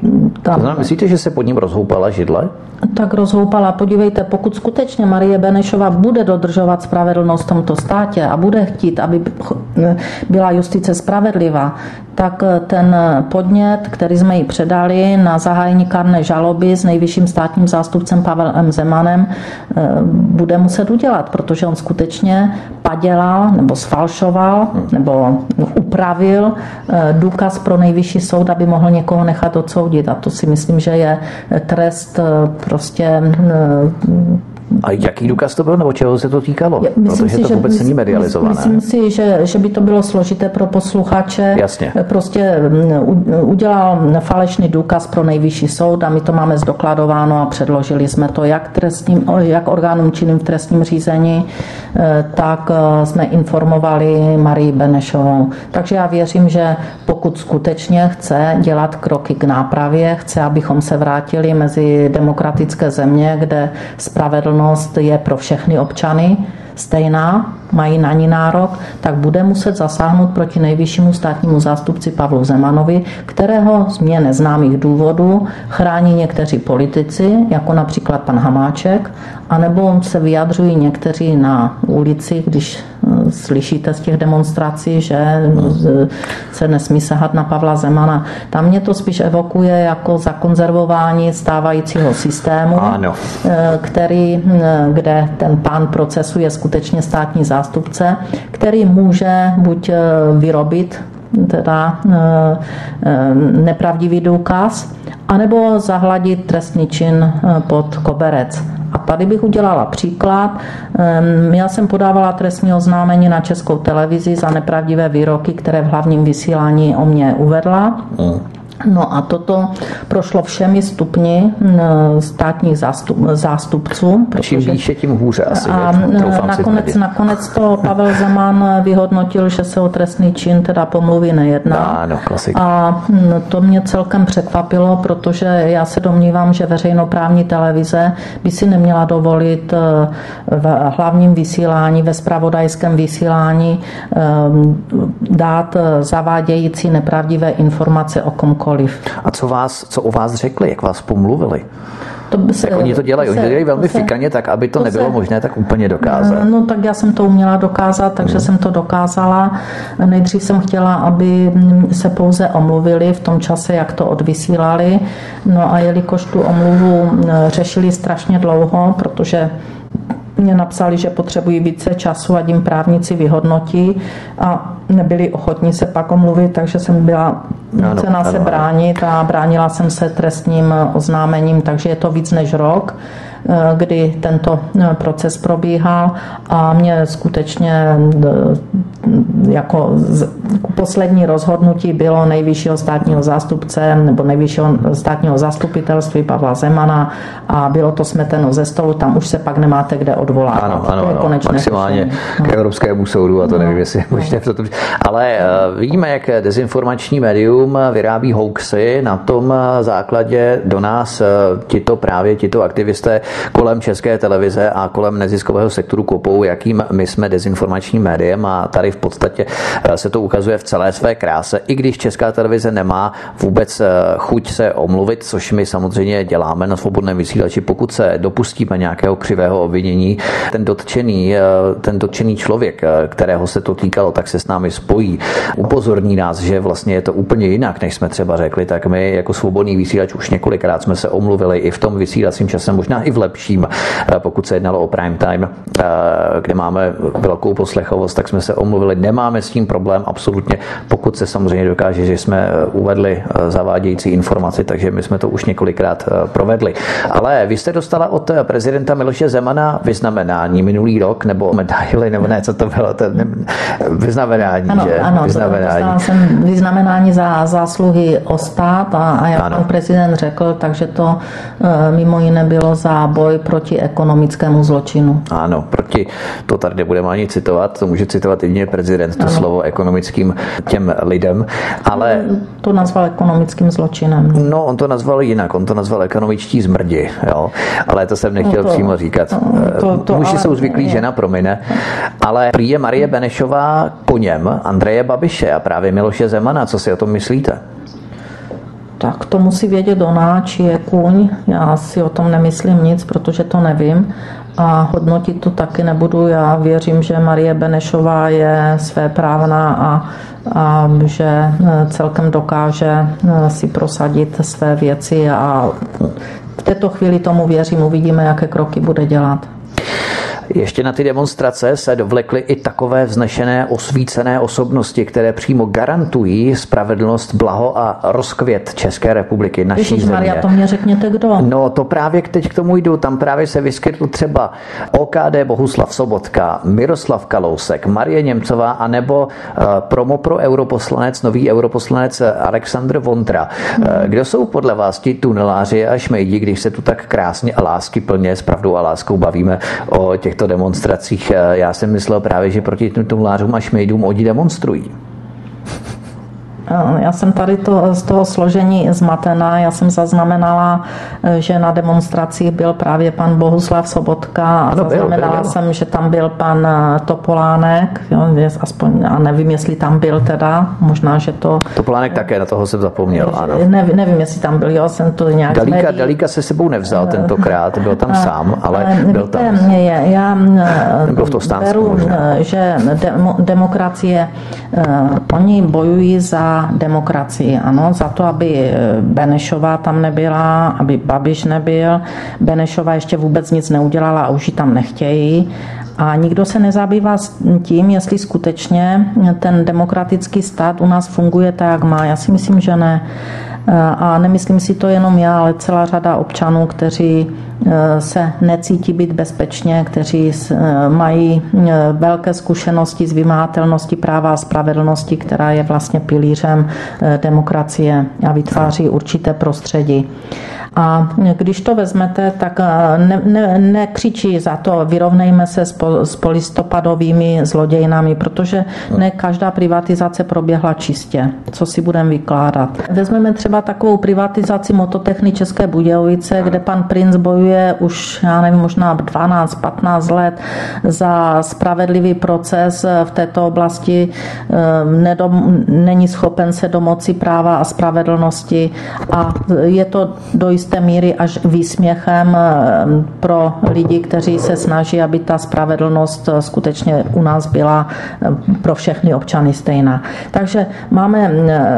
To znamená, myslíte, že se pod ním rozhoupala židle? Tak rozhoupala. Podívejte, pokud skutečně Marie Benešová bude dodržovat spravedlnost v tomto státě a bude chtít, aby byla justice spravedlivá, tak ten podnět, který jsme jí předali na zahájení kárné žaloby s nejvyšším státním zástupcem Pavelem Zemanem, bude muset udělat, protože on skutečně padělal nebo sfalšoval nebo upravil důkaz pro nejvyšší soud, aby mohl někoho nechat odsoudit. A to si myslím, že je trest prostě... A jaký důkaz to byl, nebo čeho se to týkalo? Protože to vůbec není medializované. Myslím si, že by to bylo složité pro posluchače. Jasně. Prostě udělal falešný důkaz pro nejvyšší soud a my to máme zdokladováno a předložili jsme to jak orgánům činným v trestním řízení, tak jsme informovali Marii Benešovou. Takže já věřím, že pokud skutečně chce dělat kroky k nápravě, chce, abychom se vrátili mezi demokratické země, kde spravedlnost je pro všechny občany stejná, mají na ní nárok, tak bude muset zasáhnout proti nejvyššímu státnímu zástupci Pavlu Zemanovi, kterého z mě neznámých důvodů chrání někteří politici, jako například pan Hamáček, anebo se vyjadřují někteří na ulici, když slyšíte z těch demonstrací, že se nesmí sahat na Pavla Zemana. Tam mě to spíš evokuje jako zakonzervování stávajícího systému, ano. Kde ten pán procesu je skutečně státní zástupce, který může buď vyrobit teda nepravdivý důkaz, anebo zahladit trestný čin pod koberec. A tady bych udělala příklad. Já jsem podávala trestní oznámení na Českou televizi za nepravdivé výroky, které v hlavním vysílání o mě uvedla. No a toto prošlo všemi stupni státních zástupců. Čím výše, tím hůře asi. A nakonec to Pavel Zeman vyhodnotil, že se o trestný čin teda pomluvy nejedná. Ano, klasika. A to mě celkem překvapilo, protože já se domnívám, že veřejnoprávní televize by si neměla dovolit v hlavním vysílání, ve zpravodajském vysílání dát zavádějící nepravdivé informace o komkoliv. A co o vás řekli, jak vás pomluvili? Oni to dělají velmi fikaně, tak aby to nebylo možné tak úplně dokázat. No tak já jsem to uměla dokázat, takže jsem to dokázala. Nejdřív jsem chtěla, aby se pouze omluvili v tom čase, jak to odvysílali. No a jelikož tu omluvu řešili strašně dlouho, protože mě napsali, že potřebují více času a tím právníci vyhodnotí a nebyli ochotní se pak omluvit, takže jsem byla nucena se bránit a bránila jsem se trestním oznámením, takže je to víc než rok, kdy tento proces probíhal a mě skutečně jako poslední rozhodnutí bylo nejvyššího státního zástupce nebo nejvyššího státního zastupitelství Pavla Zemana a bylo to smeteno ze stolu, tam už se pak nemáte kde odvolat. Ano, maximálně k Evropskému soudu a to nevím, jestli je možné. Ale vidíme, jak dezinformační médium vyrábí hoaxy, na tom základě do nás tito aktivisté kolem České televize a kolem neziskového sektoru kopou, jakým my jsme dezinformačním médiem a tady v podstatě se to ukazuje v celé své kráse, i když Česká televize nemá vůbec chuť se omluvit, což my samozřejmě děláme na Svobodném vysílači. Pokud se dopustíme nějakého křivého obvinění, ten dotčený člověk, kterého se to týkalo, tak se s námi spojí, upozorní nás, že vlastně je to úplně jinak, než jsme třeba řekli, tak my jako Svobodný vysílač už několikrát jsme se omluvili i v tom vysílacím čase, možná i v lepším, pokud se jednalo o prime time, kde máme velkou poslechovost, tak jsme se omluvili. Nemáme s tím problém absolutně, pokud se samozřejmě dokáže, že jsme uvedli zavádějící informaci, takže my jsme to už několikrát provedli. Ale vy jste dostala od prezidenta Miloše Zemana vyznamenání minulý rok, nebo medaili, nebo ne, co to bylo? Vyznamenání, že? Ano, dostala jsem vyznamenání za zásluhy o stát a jak pan prezident řekl, takže to mimo jiné bylo za boj proti ekonomickému zločinu. Ano, to tady nebudeme ani citovat, to může citovat jedině prezident, to slovo ekonomickým těm lidem, ale... To nazval ekonomickým zločinem. No, on to nazval jinak, on to nazval ekonomičtí zmrdi, jo, ale to jsem nechtěl přímo říkat. Muži jsou zvyklí, žena promine, ale prý je Marie Benešová koněm Andreje Babiše a právě Miloše Zemana, co si o tom myslíte? Tak to musí vědět ona, či je kůň. Já si o tom nemyslím nic, protože to nevím. A hodnotit to taky nebudu. Já věřím, že Marie Benešová je svéprávná a že celkem dokáže si prosadit své věci a v této chvíli tomu věřím. Uvidíme, jaké kroky bude dělat. Ještě na ty demonstrace se dovlekly i takové vznešené, osvícené osobnosti, které přímo garantují spravedlnost, blaho a rozkvět České republiky, naší země. Maria, to mě řekněte kdo? No to právě teď k tomu jdu. Tam právě se vyskytl třeba OKD Bohuslav Sobotka, Miroslav Kalousek, Marie Němcová anebo promo pro europoslanec, nový europoslanec Alexandr Vondra. Kdo jsou podle vás ti tuneláři a šmejdi, když se tu tak krásně a láskyplně s pravdou a láskou bavíme o těchto demonstracích? Já jsem myslel právě, že proti těm tunelářům a šmejdům oni demonstrují. Já jsem tady z toho složení zmatená. Já jsem zaznamenala, že na demonstracích byl právě pan Bohuslav Sobotka a zaznamenala jsem, že tam byl pan Topolánek, jo, aspoň, a nevím, jestli tam byl teda, možná, že to... Topolánek také, na toho jsem zapomněl, ano. Nevím, jestli tam byl, jo, jsem to nějak... Dalíka se sebou nevzal tentokrát, byl tam sám, ale byl tam. Já byl v Tostánsku beru, možná. Že demokracie, oni bojují za demokracii, ano, za to, aby Benešová tam nebyla, aby Babiš nebyl. Benešová ještě vůbec nic neudělala a už ji tam nechtějí. A nikdo se nezabývá tím, jestli skutečně ten demokratický stát u nás funguje tak, jak má. Já si myslím, že ne. A nemyslím si to jenom já, ale celá řada občanů, kteří se necítí být bezpečně, kteří mají velké zkušenosti z vymahatelnosti práva a spravedlnosti, která je vlastně pilířem demokracie a vytváří určité prostředí. A když to vezmete, tak nekřičí za to, vyrovnejme se s polistopadovými zlodějnami, protože ne každá privatizace proběhla čistě. Co si budeme vykládat? Vezmeme třeba takovou privatizaci Mototechny České Budějovice, kde pan Princ bojuje už, já nevím, možná 12-15 let za spravedlivý proces v této oblasti. Není schopen se domoci práva a spravedlnosti a je to do jisté míry až výsměchem pro lidi, kteří se snaží, aby ta spravedlnost skutečně u nás byla pro všechny občany stejná. Takže máme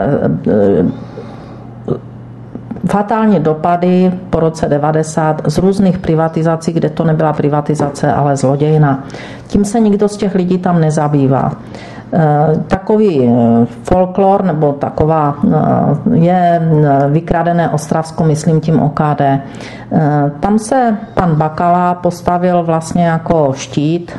fatální dopady po roce 90 z různých privatizací, kde to nebyla privatizace, ale zlodějna. Tím se nikdo z těch lidí tam nezabývá. Takový folklor nebo taková je vykradené Ostravsko, myslím tím OKD. Tam se pan Bakala postavil vlastně jako štít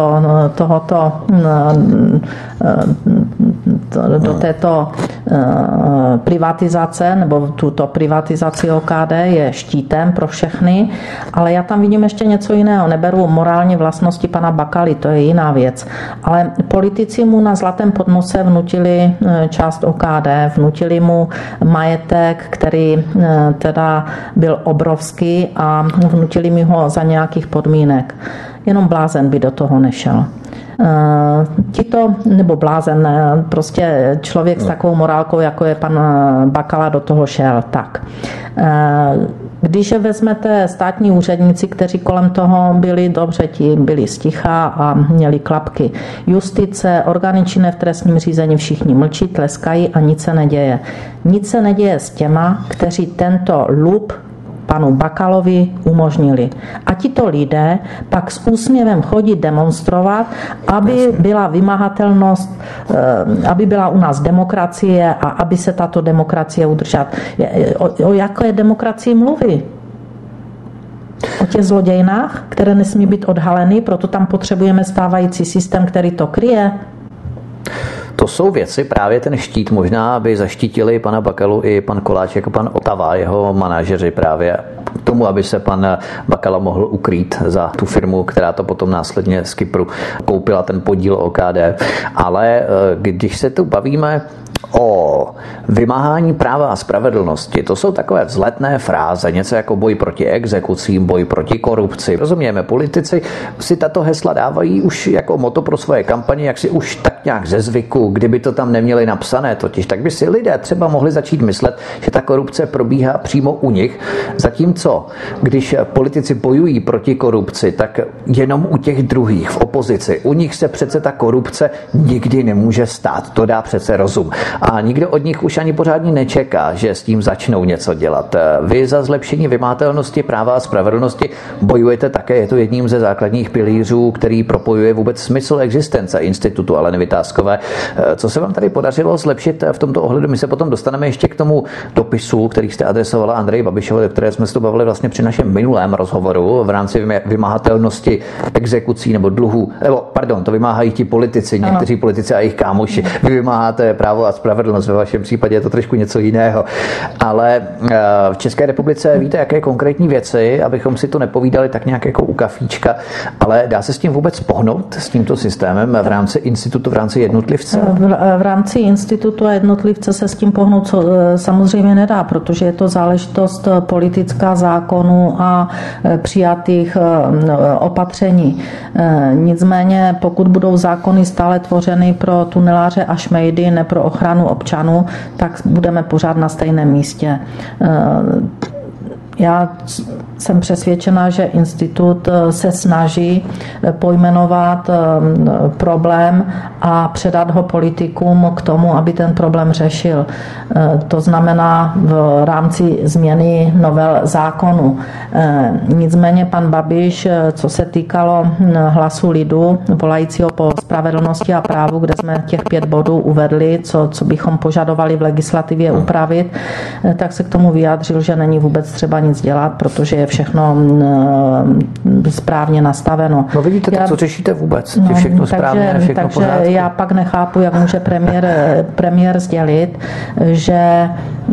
do této privatizace, nebo tuto privatizaci OKD je štítem pro všechny, ale já tam vidím ještě něco jiného. Neberu morální vlastnosti pana Bakaly, to je jiná věc. Ale politici mu na zlatém podnose vnutili část OKD, vnutili mu majetek, který teda byl obrovský a vnutili mi ho za nějakých podmínek. Jenom blázen by do toho nešel. Nebo blázen, prostě člověk s takovou morálkou, jako je pan Bakala, do toho šel. Tak. Když vezmete státní úředníci, kteří kolem toho byli dobře, ti byli sticha a měli klapky. Justice, orgány činné v trestním řízení, všichni mlčí, tleskají a nic se neděje. Nic se neděje s těma, kteří tento lup panu Bakalovi umožnili. A tito lidé pak s úsměvem chodí demonstrovat, aby byla vymahatelnost, aby byla u nás demokracie a aby se tato demokracie udržela. O jaké demokracii mluví? O těch zlodějnách, které nesmí být odhaleny, proto tam potřebujeme stávající systém, který to kryje. To jsou věci, právě ten štít možná, aby zaštítili pana Bakalu i pan Koláč jako pan Otava, jeho manažeři právě k tomu, aby se pan Bakala mohl ukrýt za tu firmu, která to potom následně z Kypru koupila ten podíl OKD. Ale když se tu bavíme o Vymáhání práva a spravedlnosti, to jsou takové vzletné fráze, něco jako boj proti exekucím, boj proti korupci. Rozumějeme, politici si tato hesla dávají už jako motto pro svoje kampaně, jak si už tak nějak ze zvyku, kdyby to tam neměli napsané totiž, tak by si lidé třeba mohli začít myslet, že ta korupce probíhá přímo u nich, zatímco když politici bojují proti korupci, tak jenom u těch druhých v opozici. U nich se přece ta korupce nikdy nemůže stát, to dá přece rozum. A nikdo od nich už ani pořádně nečeká, že s tím začnou něco dělat. Vy za zlepšení vymahatelnosti práva a spravedlnosti bojujete také, je to jedním ze základních pilířů, který propojuje vůbec smysl existence institutu Aleny Vitáskové. Co se vám tady podařilo zlepšit v tomto ohledu? My se potom dostaneme ještě k tomu dopisu, který jste adresovala Andreji Babišovi, o které jsme se to bavili vlastně při našem minulém rozhovoru v rámci vymahatelnosti exekucí nebo dluhů. To vymáhají ti politici, někteří politici a jejich kámoši. Vy vymáháte právo a spravedlnost, ve vašem případě je to trošku něco jiného. Ale v České republice víte, jaké konkrétní věci, abychom si to nepovídali tak nějak jako u kafíčka, ale dá se s tím vůbec pohnout, s tímto systémem v rámci institutu, v rámci jednotlivce? V rámci institutu a jednotlivce se s tím pohnout samozřejmě nedá, protože je to záležitost politická, zákonu a přijatých opatření. Nicméně, pokud budou zákony stále tvořeny pro tuneláře a šmejdy, ne pro ochranu občanů, tak budeme pořád na stejném místě. Já jsem přesvědčena, že institut se snaží pojmenovat problém a předat ho politikům k tomu, aby ten problém řešil. To znamená v rámci změny novel zákonu. Nicméně pan Babiš, co se týkalo Hlasu lidu, volajícího po spravedlnosti a právu, kde jsme těch 5 bodů uvedli, co bychom požadovali v legislativě upravit, tak se k tomu vyjádřil, že není vůbec třeba nic dělat, protože je všechno správně nastaveno. No vidíte, tak co řešíte vůbec? Je všechno správně, všechno takže já pak nechápu, jak může premiér sdělit, že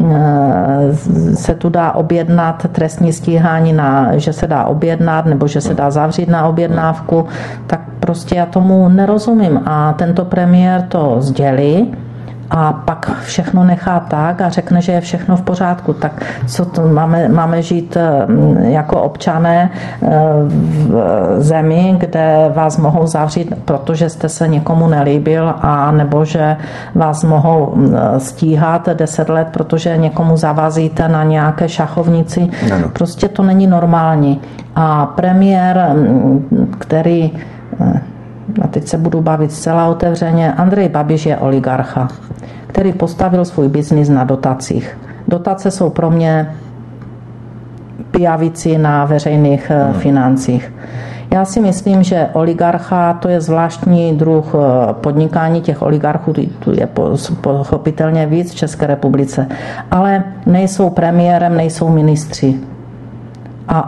se tu dá objednat trestní stíhání, že se dá objednat nebo že se dá zavřít na objednávku, tak prostě já tomu nerozumím. A tento premiér to sdělí a pak všechno nechá tak a řekne, že je všechno v pořádku. Tak co to máme žít jako občané v zemi, kde vás mohou zavřít, protože jste se někomu nelíbil, a nebo že vás mohou stíhat 10 let, protože někomu zavazíte na nějaké šachovnici. Ano. Prostě to není normální. A premiér, který, a teď se budu bavit zcela otevřeně, Andrej Babiš je oligarcha, který postavil svůj biznis na dotacích. Dotace jsou pro mě pijavici na veřejných financích. Já si myslím, že oligarcha, to je zvláštní druh podnikání, těch oligarchů tu je pochopitelně víc v České republice, ale nejsou premiérem, nejsou ministři. A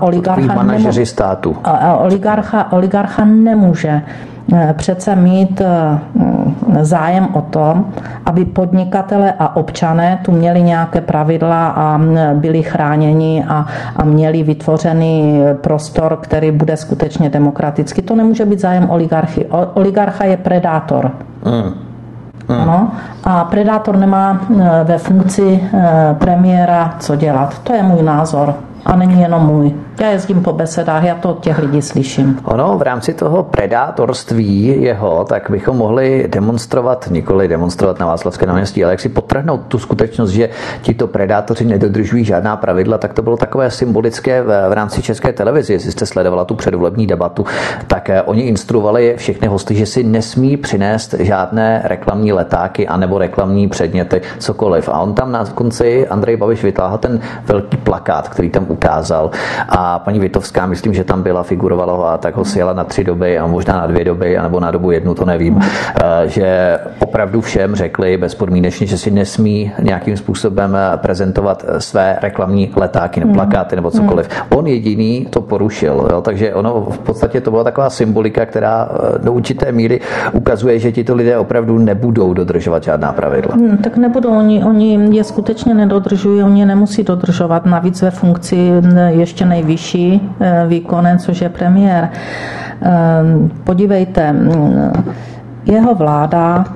oligarcha nemůže přece mít zájem o tom, aby podnikatele a občané tu měli nějaké pravidla a byli chráněni a měli vytvořený prostor, který bude skutečně demokratický. To nemůže být zájem oligarchy. Oligarcha je predátor. Ano, a predátor nemá ve funkci premiéra co dělat. To je můj názor. A není jenom můj. Já jezdím po besedách, já to od těch lidí slyším. Ono v rámci toho predátorství jeho, tak bychom mohli nikoli demonstrovat na Václavské náměstí, ale jak si podtrhnout tu skutečnost, že tito predátoři nedodržují žádná pravidla, tak to bylo takové symbolické v rámci České televize. Jestli jste sledovala tu předvolební debatu, tak oni instruovali všechny hosty, že si nesmí přinést žádné reklamní letáky anebo reklamní předměty, cokoliv. A on tam na konci, Andrej Babiš, vytáhl ten velký plakát, který tam ukázal, a paní Vitovská, myslím, že tam byla, figurovala, a tak ho sjela na 3 doby a možná na 2 doby, anebo na dobu 1, to nevím, že opravdu všem řekli bezpodmínečně, že si nesmí nějakým způsobem prezentovat své reklamní letáky nebo plakáty nebo cokoliv. On jediný to porušil, jo? Takže ono v podstatě to byla taková symbolika, která do určité míry ukazuje, že tito lidé opravdu nebudou dodržovat žádná pravidla. Tak nebudou, oni je skutečně nedodržují, oni je nemusí dodržovat, navíc ve funkci ještě nejvyšší výkonem, což je premiér. Podívejte, jeho vláda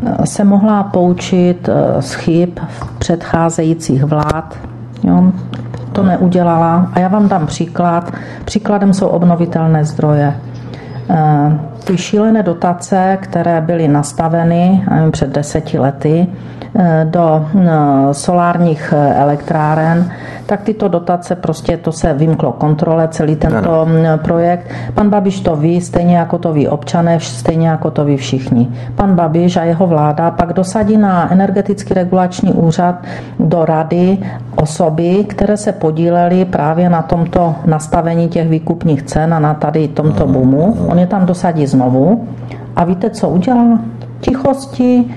se mohla poučit z chyb předcházejících vlád. Jo? To neudělala. A já vám dám příklad. Příkladem jsou obnovitelné zdroje. Ty šílené dotace, které byly nastaveny před 10 lety do solárních elektráren, tak tyto dotace prostě to se vymklo kontrole, celý tento projekt. Pan Babiš to ví, stejně jako to ví občané, stejně jako to ví všichni. Pan Babiš a jeho vláda pak dosadí na Energetický regulační úřad do rady osoby, které se podílely právě na tomto nastavení těch výkupních cen a na tady tomto boomu. On je tam dosadí znovu a víte, co udělá? Tichosti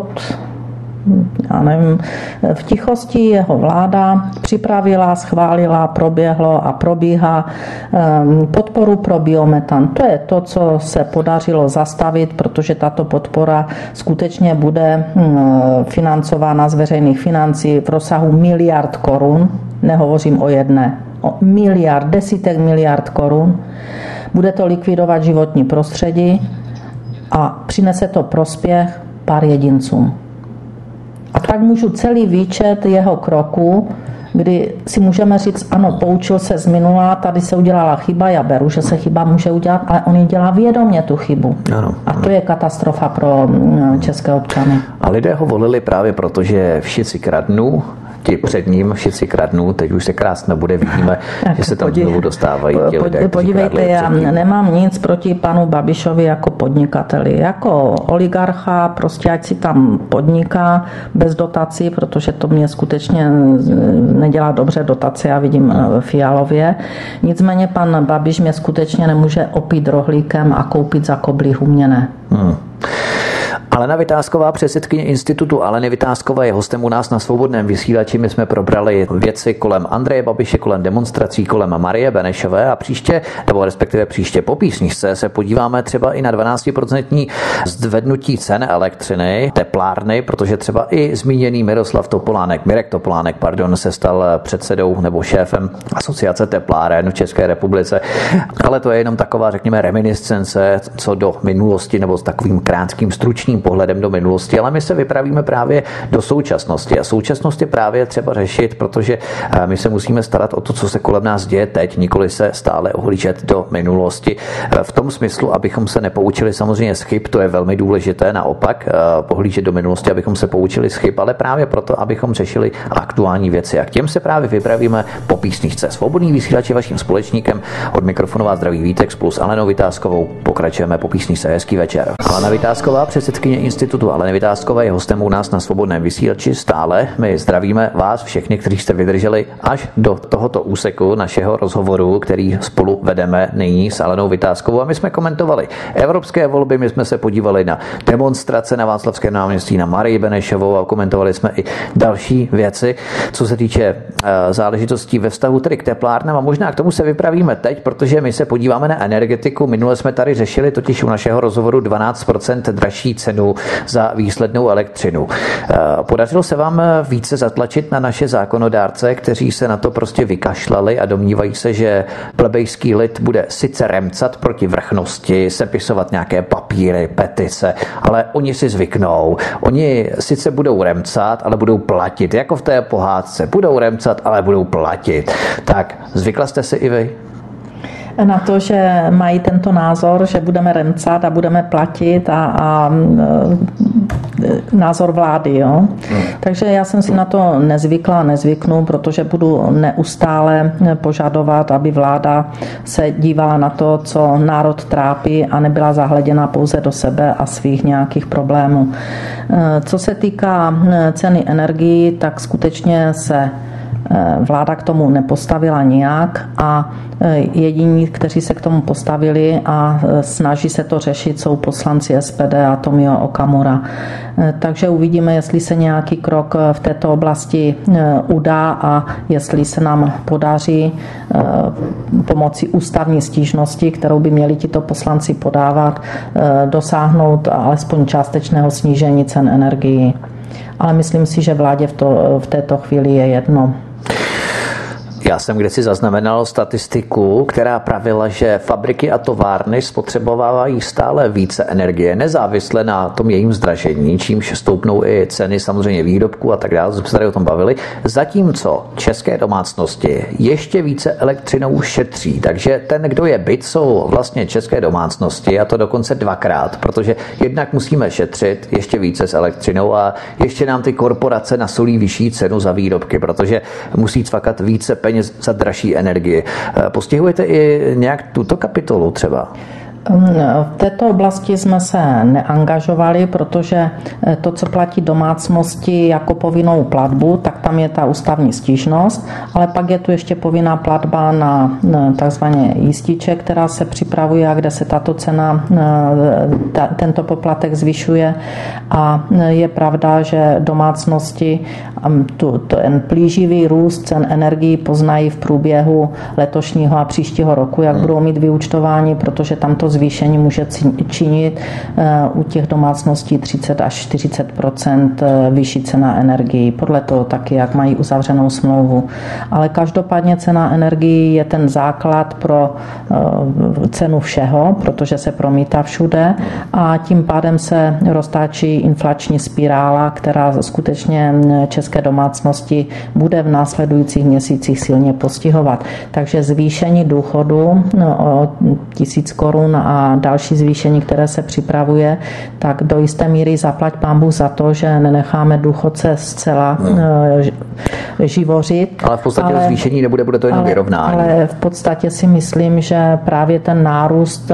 v tichosti jeho vláda připravila, schválila, proběhlo a probíhá podporu pro biometan. To je to, co se podařilo zastavit, protože tato podpora skutečně bude financována z veřejných financí v rozsahu miliard korun. Nehovořím o jedné, o desítek miliard korun. Bude to likvidovat životní prostředí a přinese to prospěch pár jedincům. A tak můžu celý výčet jeho kroků, kdy si můžeme říct, ano, poučil se z minula, tady se udělala chyba, já beru, že se chyba může udělat, ale on ji dělá vědomě tu chybu. Ano. A to je katastrofa pro české občany. A lidé ho volili právě proto, že všichni kradnou, ti před ním všichni kradnou, teď už se krást nebude, vidíme, že se tam znovu dostávají ti lidé. Podívejte, já nemám nic proti panu Babišovi jako podnikateli. Jako oligarcha, prostě ať si tam podniká bez dotací, protože to mě skutečně nedělá dobře dotace, já vidím Fialově. Nicméně pan Babiš mě skutečně nemůže opít rohlíkem a koupit za koblí huměné. Alena Vitásková, předsedkyně institutu Aleny Vitáskové, je hostem u nás na Svobodném vysílači. My jsme probrali věci kolem Andreje Babiše, kolem demonstrací, kolem Marie Benešové a příště po písničce se podíváme třeba i na 12% zvednutí cen elektřiny, teplárny, protože třeba i zmíněný Mirek Topolánek, se stal předsedou nebo šéfem Asociace tepláren v České republice. Ale to je jenom taková, řekněme, reminiscence co do minulosti nebo s takovým krátkým stručným pohledem do minulosti, ale my se vypravíme právě do současnosti. A současnost je právě třeba řešit, protože my se musíme starat o to, co se kolem nás děje teď, nikoli se stále ohlížet do minulosti. V tom smyslu, abychom se nepoučili samozřejmě z chyb, to je velmi důležité, naopak pohlížet do minulosti, abychom se poučili z chyb, ale právě proto, abychom řešili aktuální věci. A k těm se právě vypravíme po písničce. Svobodný vysílač je vaším společníkem, od mikrofonu vás zdraví Vítek spolu s Alenou Vitáskovou. Pokračujeme po písničce. Hezký večer. Alena Vitásková, předsedkyně institutu Aleny Vitáskové, je hostem u nás na Svobodném vysílači stále. My zdravíme vás všechny, kteří jste vydrželi až do tohoto úseku našeho rozhovoru, který spolu vedeme nyní s Alenou Vitáskovou. A my jsme komentovali evropské volby, my jsme se podívali na demonstrace na Václavském náměstí, na Marii Benešovou a komentovali jsme i další věci, co se týče záležitostí ve vztahu tedy k teplárnám. A možná k tomu se vypravíme teď, protože my se podíváme na energetiku. Minule jsme tady řešili totiž u našeho rozhovoru 12% dražší cenu za výslednou elektřinu. Podařilo se vám více zatlačit na naše zákonodárce, kteří se na to prostě vykašlali a domnívají se, že plebejský lid bude sice remcat proti vrchnosti, sepisovat nějaké papíry, petice, ale oni si zvyknou. Oni sice budou remcat, ale budou platit. Jako v té pohádce. Budou remcat, ale budou platit. Tak, zvykla jste si i vy? Na to, že mají tento názor, že budeme remcat a budeme platit a názor vlády. Jo? Takže já jsem si na to nezvyknu, protože budu neustále požadovat, aby vláda se dívala na to, co národ trápí a nebyla zahleděna pouze do sebe a svých nějakých problémů. Co se týká ceny energií, tak skutečně se vláda k tomu nepostavila nijak a jediní, kteří se k tomu postavili a snaží se to řešit, jsou poslanci SPD a Tomio Okamura. Takže uvidíme, jestli se nějaký krok v této oblasti udá a jestli se nám podaří pomocí ústavní stížnosti, kterou by měli tito poslanci podávat, dosáhnout alespoň částečného snížení cen energií. Ale myslím si, že vládě v této chvíli je jedno. Já jsem kdysi zaznamenal statistiku, která pravila, že fabriky a továrny spotřebovávají stále více energie, nezávisle na tom jejím zdražení, čímž stoupnou i ceny samozřejmě výrobků a tak dále, jsme se tady o tom bavili, zatímco české domácnosti ještě více elektřinou šetří. Takže ten, kdo je byt, jsou vlastně české domácnosti, a to dokonce dvakrát, protože jednak musíme šetřit ještě více s elektřinou a ještě nám ty korporace nasolí vyšší cenu za výrobky, protože musí cvakat více peněz za dražší energii. Postihujete i nějak tuto kapitolu třeba? V této oblasti jsme se neangažovali, protože to, co platí domácnosti jako povinnou platbu, tak tam je ta ústavní stížnost, ale pak je tu ještě povinná platba na takzvané jističe, která se připravuje a kde se tato cena, tento poplatek zvyšuje, a je pravda, že domácnosti ten plíživý růst cen energií poznají v průběhu letošního a příštího roku, jak budou mít vyúčtování, protože tam to zvýšení může činit u těch domácností 30 až 40% vyšší cena energií, podle toho taky, jak mají uzavřenou smlouvu. Ale každopádně cena energií je ten základ pro cenu všeho, protože se promítá všude, a tím pádem se roztáčí inflační spirála, která skutečně české domácnosti bude v následujících měsících silně postihovat. Takže zvýšení důchodu o 1000 korun a další zvýšení, které se připravuje, tak do jisté míry zaplať pánbůh za to, že nenecháme důchodce zcela živořit. Ale v podstatě zvýšení nebude, bude to jenom vyrovnání. Ale v podstatě si myslím, že právě ten nárůst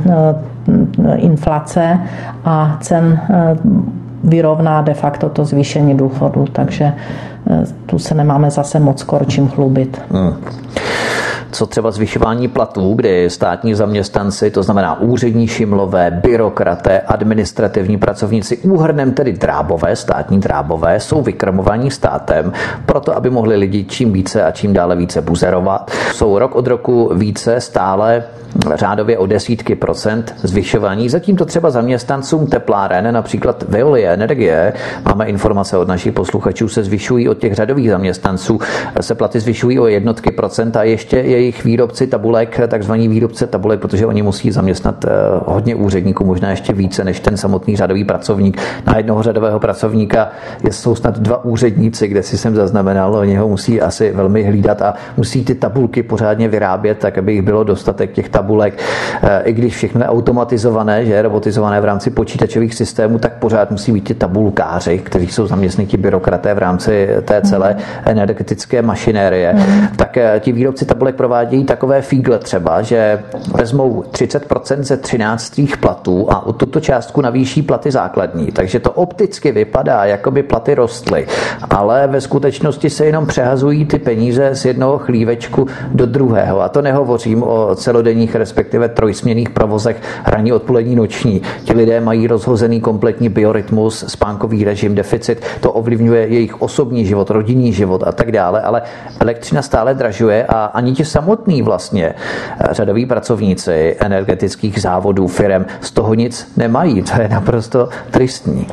inflace a cen vyrovná de facto to zvýšení důchodu, takže tu se nemáme zase moc čím chlubit. Co třeba zvyšování platů, kdy státní zaměstnanci, to znamená úřední šimlové, byrokraté, administrativní pracovníci, úhrnem tedy drábové, státní drábové, jsou vykrmovaní státem proto, aby mohli lidi čím více a čím dále více buzerovat. Jsou rok od roku více stále řádově o desítky procent zvyšování. Zatímco třeba zaměstnancům tepláren, například Veolia Energie, máme informace od našich posluchačů, se zvyšují od těch řadových zaměstnanců, se platy zvyšují o jednotky procent a ještě jejich výrobci tabulek, takzvaní výrobce tabulek, protože oni musí zaměstnat hodně úředníků, možná ještě více než ten samotný řadový pracovník. Na jednoho řadového pracovníka jsou snad 2 úředníci, kde si jsem zaznamenal, oni ho musí asi velmi hlídat a musí ty tabulky pořádně vyrábět, tak aby jich bylo dostatek těch tabulek. I když všechno je automatizované, že je robotizované v rámci počítačových systémů, tak pořád musí být ti tabulkáři, kteří jsou zaměstnaní, ti byrokraté v rámci té celé energetické mašinérie. Tak ti výrobci tabulek provádějí takové fígle třeba, že vezmou 30% ze 13. platů a o tuto částku navýší platy základní. Takže to opticky vypadá, jako by platy rostly, ale ve skutečnosti se jenom přehazují ty peníze z jednoho chlívečku do druhého. A to nehovořím o celodenních, respektive trojsměnných provozech ranní, odpolední, noční. Ti lidé mají rozhozený kompletní biorytmus, spánkový režim, deficit, to ovlivňuje jejich osobní život, rodinný život a tak dále, ale elektřina stále dražuje a ani ti samotní vlastně řadoví pracovníci energetických závodů, firem z toho nic nemají. To je naprosto tristní.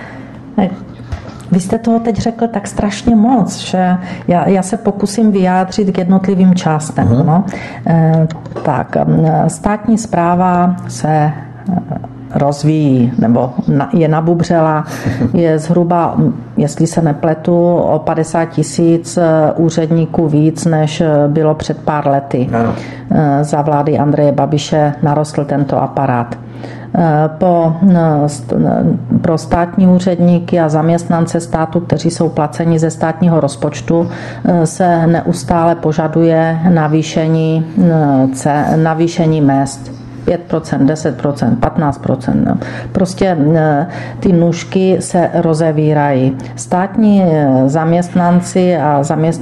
Vy jste toho teď řekl tak strašně moc, že já se pokusím vyjádřit k jednotlivým částem. No. Tak, státní správa se rozvíjí, nebo je nabubřela, je zhruba, jestli se nepletu, o 50 000 úředníků víc, než bylo před pár lety. Za vlády Andreje Babiše narostl tento aparát. Pro státní úředníky a zaměstnance státu, kteří jsou placeni ze státního rozpočtu, se neustále požaduje navýšení mezd. 5%, 10%, 15%. Prostě ty nůžky se rozevírají. Státní zaměstnanci a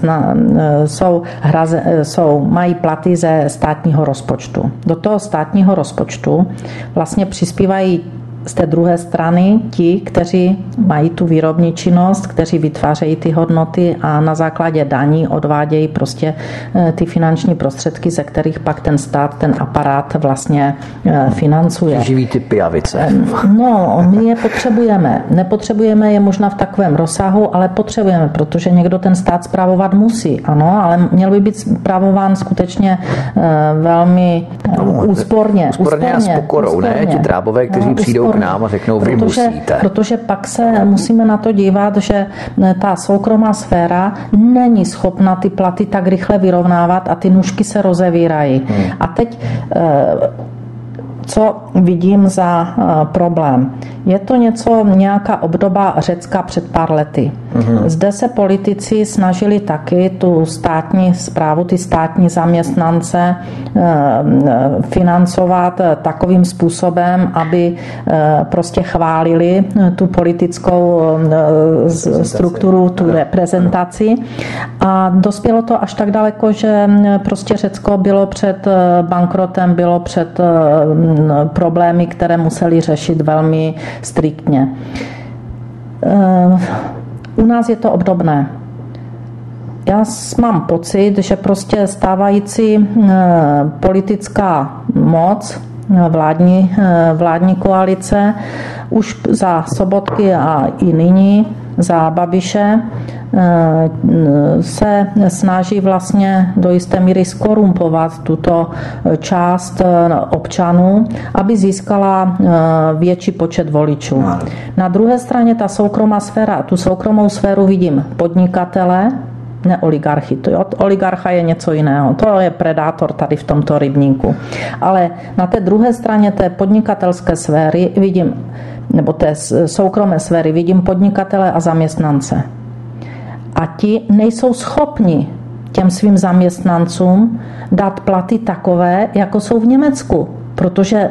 mají platy ze státního rozpočtu. Do toho státního rozpočtu vlastně přispívají z té druhé strany ti, kteří mají tu výrobní činnost, kteří vytvářejí ty hodnoty a na základě daní odvádějí prostě ty finanční prostředky, ze kterých pak ten stát, ten aparát vlastně financuje. Živí ty pijavice. No, my je potřebujeme. Nepotřebujeme je možná v takovém rozsahu, ale potřebujeme, protože někdo ten stát spravovat musí, ano, ale měl by být spravován skutečně velmi úsporně a s pokorou, ne? Ti drábové, kteří přijdou k nám a řeknou, vy musíte. Protože pak se musíme na to dívat, že ta soukromá sféra není schopna ty platy tak rychle vyrovnávat a ty nůžky se rozevírají. A teď co vidím za problém? Je to nějaká obdoba Řecka před pár lety. Zde se politici snažili taky tu státní správu, ty státní zaměstnance financovat takovým způsobem, aby prostě chválili tu politickou strukturu, tu reprezentaci. A dospělo to až tak daleko, že prostě Řecko bylo před bankrotem, bylo před problémy, které museli řešit velmi striktně. U nás je to obdobné. Já mám pocit, že prostě stávající politická moc, vládní koalice, už za Sobotky a i nyní za Babiše se snaží vlastně do jisté míry skorumpovat tuto část občanů, aby získala větší počet voličů. Na druhé straně ta soukromá sféra, tu soukromou sféru vidím podnikatele, ne oligarchy. Oligarcha je něco jiného. To je predátor tady v tomto rybníku. Ale na té druhé straně té podnikatelské sféry vidím, nebo té soukromé sféry vidím podnikatele a zaměstnance. A ti nejsou schopni těm svým zaměstnancům dát platy takové, jako jsou v Německu. Protože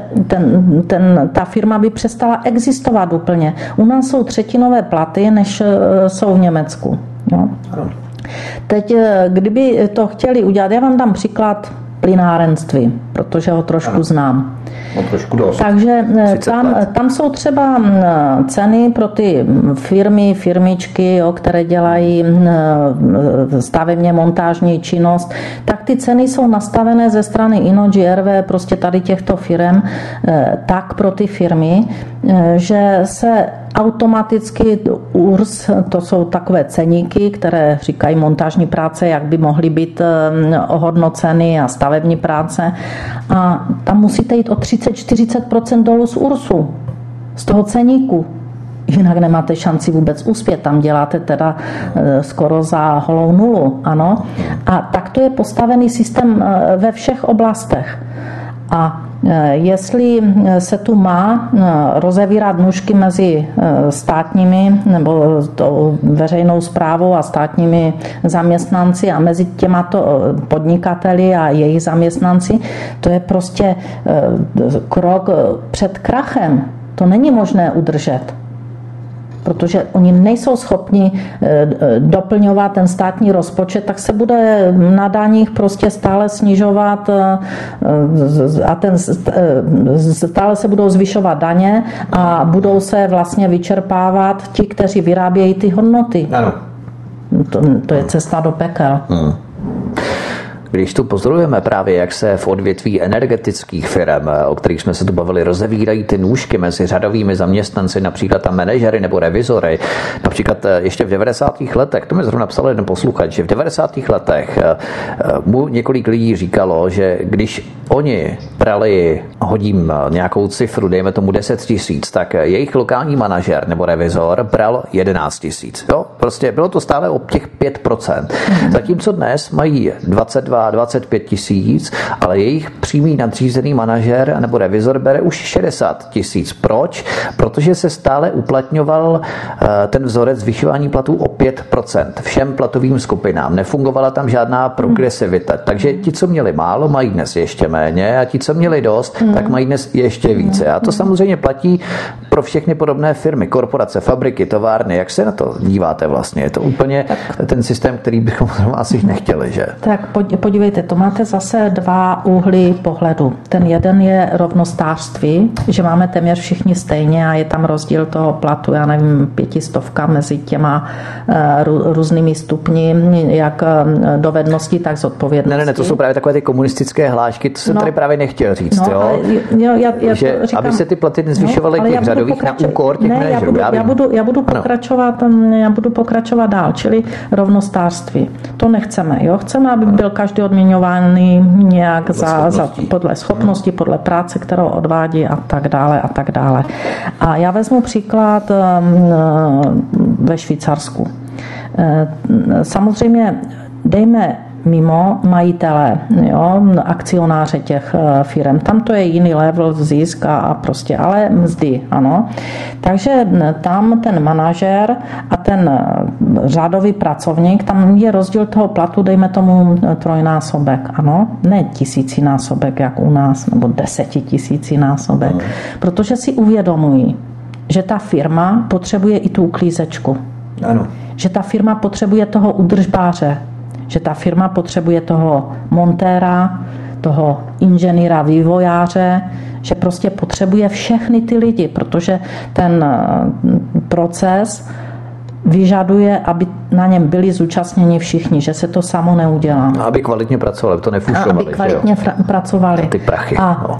ta firma by přestala existovat úplně. U nás jsou třetinové platy, než jsou v Německu. Jo. Teď, kdyby to chtěli udělat, já vám dám příklad plynárenství, protože ho trošku znám. No, trošku dost. Takže tam jsou třeba ceny pro ty firmičky, které dělají stavebně montážní činnost, tak ty ceny jsou nastavené ze strany Innogy, RV, prostě tady těchto firm, tak pro ty firmy, že se automaticky URS, to jsou takové ceníky, které říkají montážní práce, jak by mohly být ohodnoceny a stavební práce. A tam musíte jít o 30-40% dolů z URSu, z toho ceníku. Jinak nemáte šanci vůbec uspět. Tam děláte teda skoro za holou nulu. Ano? A takto je postavený systém ve všech oblastech. A jestli se tu má rozevírat nůžky mezi státními nebo veřejnou správou a státními zaměstnanci a mezi těmato podnikateli a jejich zaměstnanci, to je prostě krok před krachem. To není možné udržet. Protože oni nejsou schopni doplňovat ten státní rozpočet, tak se bude na daních prostě stále snižovat a stále se budou zvyšovat daně a budou se vlastně vyčerpávat ti, kteří vyrábějí ty hodnoty. Ano. To je cesta do pekel. Když tu pozorujeme právě, jak se v odvětví energetických firm, o kterých jsme se tu bavili, rozevírají ty nůžky mezi řadovými zaměstnanci, například tam manažery nebo revizory, například ještě v 90. letech, to mi zrovna psal jeden posluchač, že v 90. letech mu několik lidí říkalo, že když oni brali, hodím nějakou cifru, dejme tomu 10 000, tak jejich lokální manažer nebo revizor bral 11 000. Jo? Prostě bylo to stále o těch 5%. Zatímco dnes mají 25 000, ale jejich přímý nadřízený manažer nebo revizor bere už 60 000. Proč? Protože se stále uplatňoval ten vzorec zvyšování platů o 5% všem platovým skupinám. Nefungovala tam žádná progresivita. Takže ti, co měli málo, mají dnes ještě méně a ti, co měli dost, tak mají dnes ještě více. A to samozřejmě platí pro všechny podobné firmy, korporace, fabriky, továrny. Jak se na to díváte vlastně? Je to úplně ten systém, který bychom asi nechtěli, že? Tak podívejte, to máte zase dva úhly pohledu. Ten jeden je rovnostářství, že máme téměř všichni stejně a je tam rozdíl toho platu, já nevím, 500 mezi těma různými stupni, jak dovednosti, tak zodpovědnosti. Ne, to jsou právě takové ty komunistické hlášky, to jsem tady právě nechtěl říct, že říkám, aby se ty platy nezvyšovaly těch řadových na úkor těch manažerů. Já budu pokračovat dál, čili rovnostářství. To nechceme, jo? Chceme, aby byl každý odměňovaný nějak podle schopnosti, podle práce, kterou odvádí a tak dále a tak dále. A já vezmu příklad ve Švýcarsku. Samozřejmě dejme mimo majitele, jo, akcionáře těch firm. Tam to je jiný level zisk a prostě, ale mzdy, ano. Takže tam ten manažer a ten řádový pracovník, tam je rozdíl toho platu, dejme tomu 3násobek, ano. Ne 1000násobek, jak u nás, nebo 10 000násobek. Protože si uvědomují, že ta firma potřebuje i tu uklízečku. Ano. Že ta firma potřebuje toho údržbáře, že ta firma potřebuje toho montéra, toho inženýra, vývojáře, že prostě potřebuje všechny ty lidi, protože ten proces vyžaduje, aby na něm byli zúčastněni všichni, že se to samo neudělá. Aby kvalitně pracovali, to nefušovali. Aby kvalitně pracovali. Ty prachy.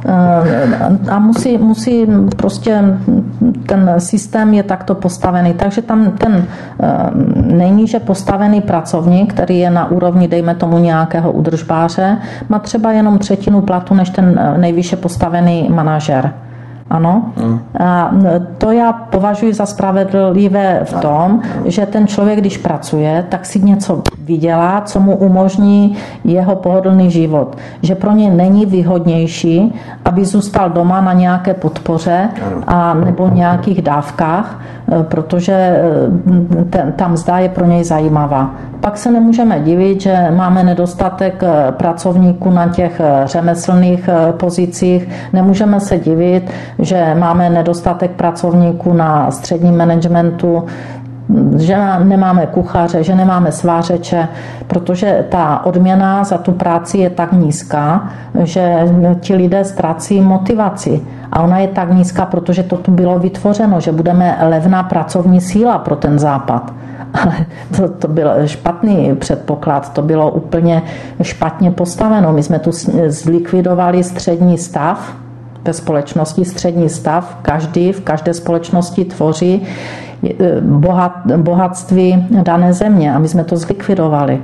A musí prostě ten systém je takto postavený. Takže tam ten nejníže postavený pracovník, který je na úrovni, dejme tomu, nějakého údržbáře, má třeba jenom 1/3 platu než ten nejvýše postavený manažer. Ano. A to já považuji za spravedlivé v tom, že ten člověk, když pracuje, tak si něco vydělá, co mu umožní jeho pohodlný život. Že pro ně není výhodnější, aby zůstal doma na nějaké podpoře a nebo nějakých dávkách, protože ta mzda je pro něj zajímavá. Pak se nemůžeme divit, že máme nedostatek pracovníků na těch řemeslných pozicích. Nemůžeme se divit, že máme nedostatek pracovníků na středním managementu, že nemáme kuchaře, že nemáme svářeče, protože ta odměna za tu práci je tak nízká, že ti lidé ztrácí motivaci. A ona je tak nízká, protože to tu bylo vytvořeno, že budeme levná pracovní síla pro ten západ. Ale to byl špatný předpoklad, to bylo úplně špatně postaveno. My jsme tu zlikvidovali střední stav ve společnosti, střední stav, v každé společnosti tvoří bohatství dané země a my jsme to zlikvidovali.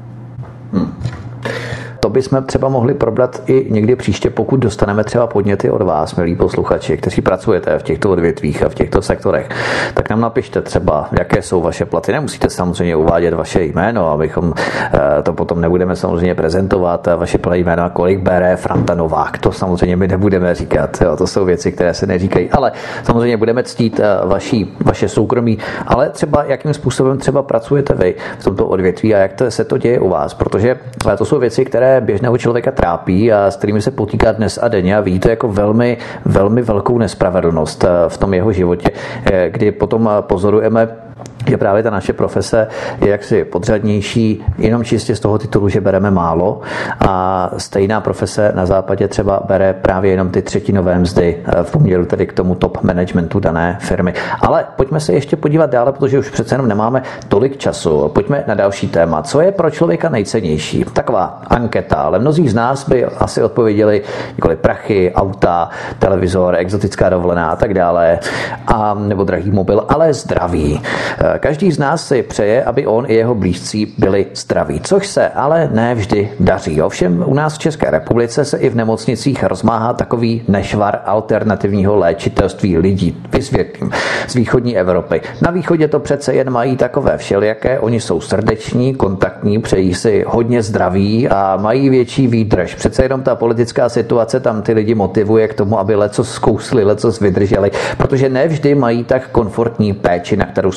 To bychom třeba mohli probrat i někdy příště, pokud dostaneme třeba podněty od vás, milí posluchači, kteří pracujete v těchto odvětvích a v těchto sektorech. Tak nám napište třeba, jaké jsou vaše platy. Nemusíte samozřejmě uvádět vaše jméno, abychom to potom nebudeme samozřejmě prezentovat, vaše jméno a kolik bere Franta Novák. To samozřejmě my nebudeme říkat. Jo, to jsou věci, které se neříkají, ale samozřejmě budeme ctít vaše soukromí, ale třeba jakým způsobem třeba pracujete vy v tomto odvětví a jak se to děje u vás, protože to jsou věci, které běžného člověka trápí a s kterými se potýká dnes a denně a ví to jako velmi, velmi velkou nespravedlnost v tom jeho životě, kdy potom pozorujeme, že právě ta naše profese je jaksi podřadnější jenom čistě z toho titulu, že bereme málo a stejná profese na západě třeba bere právě jenom ty 1/3 mzdy v poměru tedy k tomu top managementu dané firmy. Ale pojďme se ještě podívat dále, protože už přece jenom nemáme tolik času. Pojďme na další téma. Co je pro člověka nejcennější? Taková anketa, ale mnozí z nás by asi odpověděli nikoli prachy, auta, televizor, exotická dovolená a tak dále, a nebo drahý mobil, ale zdraví. Každý z nás si přeje, aby on i jeho blízcí byli zdraví, což se ale ne vždy daří. Ovšem u nás v České republice se i v nemocnicích rozmáhá takový nešvar alternativního léčitelství lidí. Vysvětlím. Z východní Evropy. Na východě to přece jen mají takové všelijaké, oni jsou srdeční, kontaktní, přejí si hodně zdraví a mají větší výdrž. Přece jenom ta politická situace tam ty lidi motivuje k tomu, aby lecos zkousli, lecos vydrželi, protože ne vždy mají tak komfortní péči, na kterou jsme zvyklí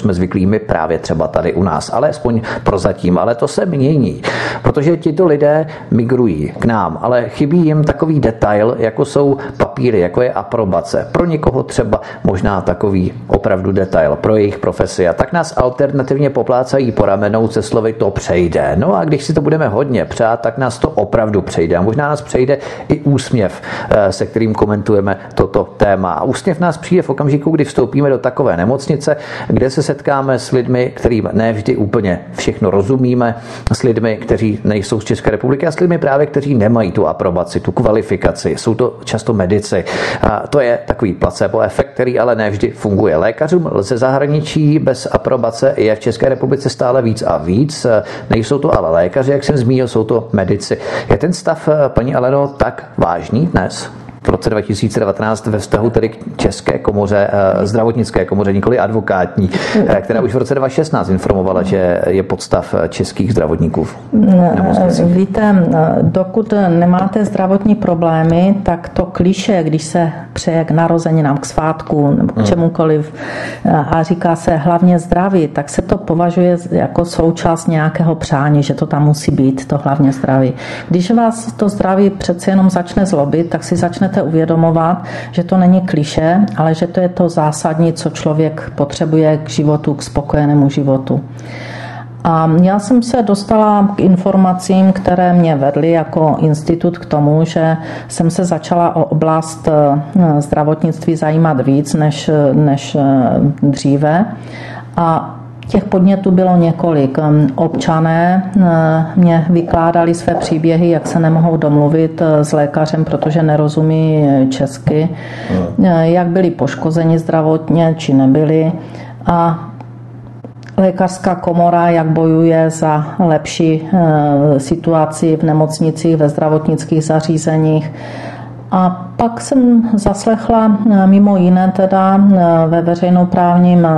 příjmy právě třeba tady u nás, ale aspoň prozatím, ale to se mění, protože tito lidé migrují k nám, ale chybí jim takový detail, jako jsou papíry, jako je aprobace. Pro někoho třeba možná takový opravdu detail pro jejich profesi a tak nás alternativně poplácají po ramenou se slovy to přejde. No a když si to budeme hodně přát, tak nás to opravdu přejde a možná nás přejde i úsměv, se kterým komentujeme toto téma. A úsměv nás přijde v okamžiku, kdy vstoupíme do takové nemocnice, kde se setkáme s lidmi, kterým ne vždy úplně všechno rozumíme, s lidmi, kteří nejsou z České republiky a s lidmi právě, kteří nemají tu aprobaci, tu kvalifikaci. Jsou to často medici. A to je takový placebo efekt, který ale ne vždy funguje. Lékařům ze zahraničí bez aprobace je v České republice stále víc a víc. Nejsou to ale lékaři, jak jsem zmínil, jsou to medici. Je ten stav, paní Aleno, tak vážný dnes? V roce 2019 ve vztahu tedy k České komoře, zdravotnické komoře, nikoli advokátní, která už v roce 2016 informovala, že je podstav českých zdravotníků. Víte, dokud nemáte zdravotní problémy, tak to klišé, když se přeje k narozeninám, k svátku nebo k čemukoliv a říká se hlavně zdraví, tak se to považuje jako součást nějakého přání, že to tam musí být, to hlavně zdraví. Když vás to zdraví přece jenom začne zlobit, tak si začnete uvědomovat, že to není klišé, ale že to je to zásadní, co člověk potřebuje k životu, k spokojenému životu. A já jsem se dostala k informacím, které mě vedly jako institut k tomu, že jsem se začala o oblast zdravotnictví zajímat víc než dříve. A těch podnětů bylo několik. Občané mě vykládali své příběhy, jak se nemohou domluvit s lékařem, protože nerozumí česky, jak byli poškozeni zdravotně, či nebyli. A lékařská komora, jak bojuje za lepší situaci v nemocnicích, ve zdravotnických zařízeních. A pak jsem zaslechla mimo jiné teda ve veřejnoprávním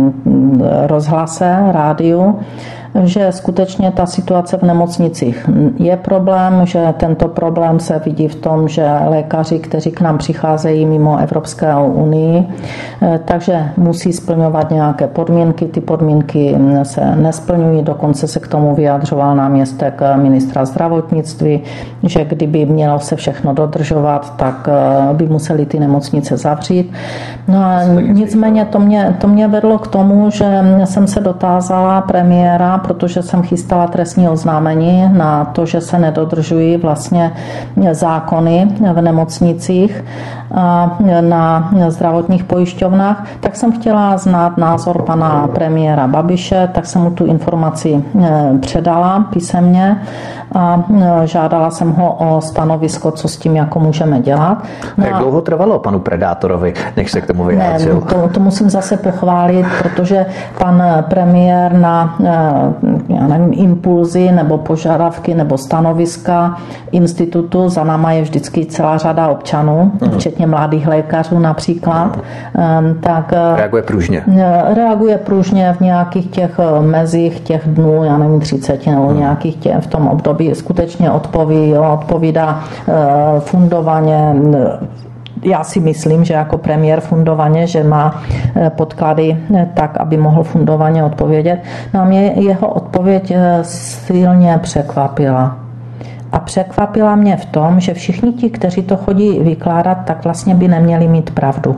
rozhlase, rádiu, že skutečně ta situace v nemocnicích je problém, že tento problém se vidí v tom, že lékaři, kteří k nám přicházejí mimo Evropskou unii, takže musí splňovat nějaké podmínky. Ty podmínky se nesplňují, dokonce se k tomu vyjadřoval náměstek ministra zdravotnictví, že kdyby mělo se všechno dodržovat, tak by museli ty nemocnice zavřít. No a nicméně to mě vedlo k tomu, že jsem se dotázala premiéra, protože jsem chystala trestní oznámení na to, že se nedodržují vlastně zákony v nemocnicích a na zdravotních pojišťovnách, tak jsem chtěla znát názor pana premiéra Babiše, tak jsem mu tu informaci předala písemně a žádala jsem ho o stanovisko, co s tím jako můžeme dělat. No jak dlouho trvalo panu predátorovi, než se k tomu vyjádřil? Ne, to musím zase pochválit, protože pan premiér na já nevím, impulzy nebo požadavky nebo stanoviska institutu, za náma je vždycky celá řada občanů, včetně mladých lékařů například, tak reaguje pružně. Reaguje pružně v nějakých těch mezích těch dnů, já nevím, 30 nebo nějakých v tom období skutečně odpovídá fundovaně. Já si myslím, že jako premiér fundovaně, že má podklady tak, aby mohl fundovaně odpovědět. No a mě jeho odpověď silně překvapila. A překvapila mě v tom, že všichni ti, kteří to chodí vykládat, tak vlastně by neměli mít pravdu.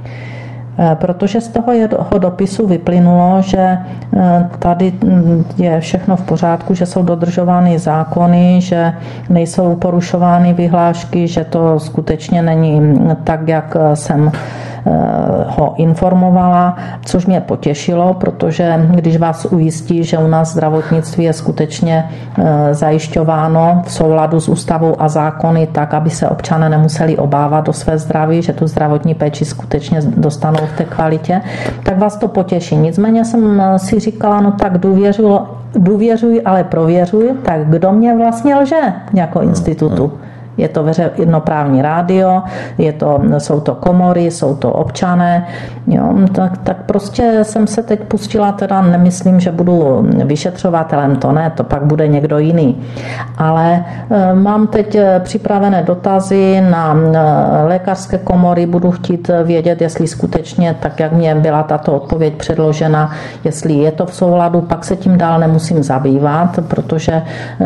Protože z toho jeho dopisu vyplynulo, že tady je všechno v pořádku, že jsou dodržovány zákony, že nejsou porušovány vyhlášky, že to skutečně není tak, jak jsem ho informovala, což mě potěšilo, protože když vás ujistí, že u nás zdravotnictví je skutečně zajišťováno v souladu s ústavou a zákony tak, aby se občané nemuseli obávat do své zdraví, že tu zdravotní péči skutečně dostanou v té kvalitě, tak vás to potěší. Nicméně jsem si říkala, no tak důvěřuj, ale prověřuj, tak kdo mě vlastně lže jako institutu? Je to veřejnoprávní rádio, jsou to komory, jsou to občané. Jo, tak prostě jsem se teď pustila, teda nemyslím, že budu vyšetřovatelem, to ne, to pak bude někdo jiný. Ale mám teď připravené dotazy na lékařské komory, budu chtít vědět, jestli skutečně, tak jak mě byla tato odpověď předložena, jestli je to v souladu, pak se tím dál nemusím zabývat, protože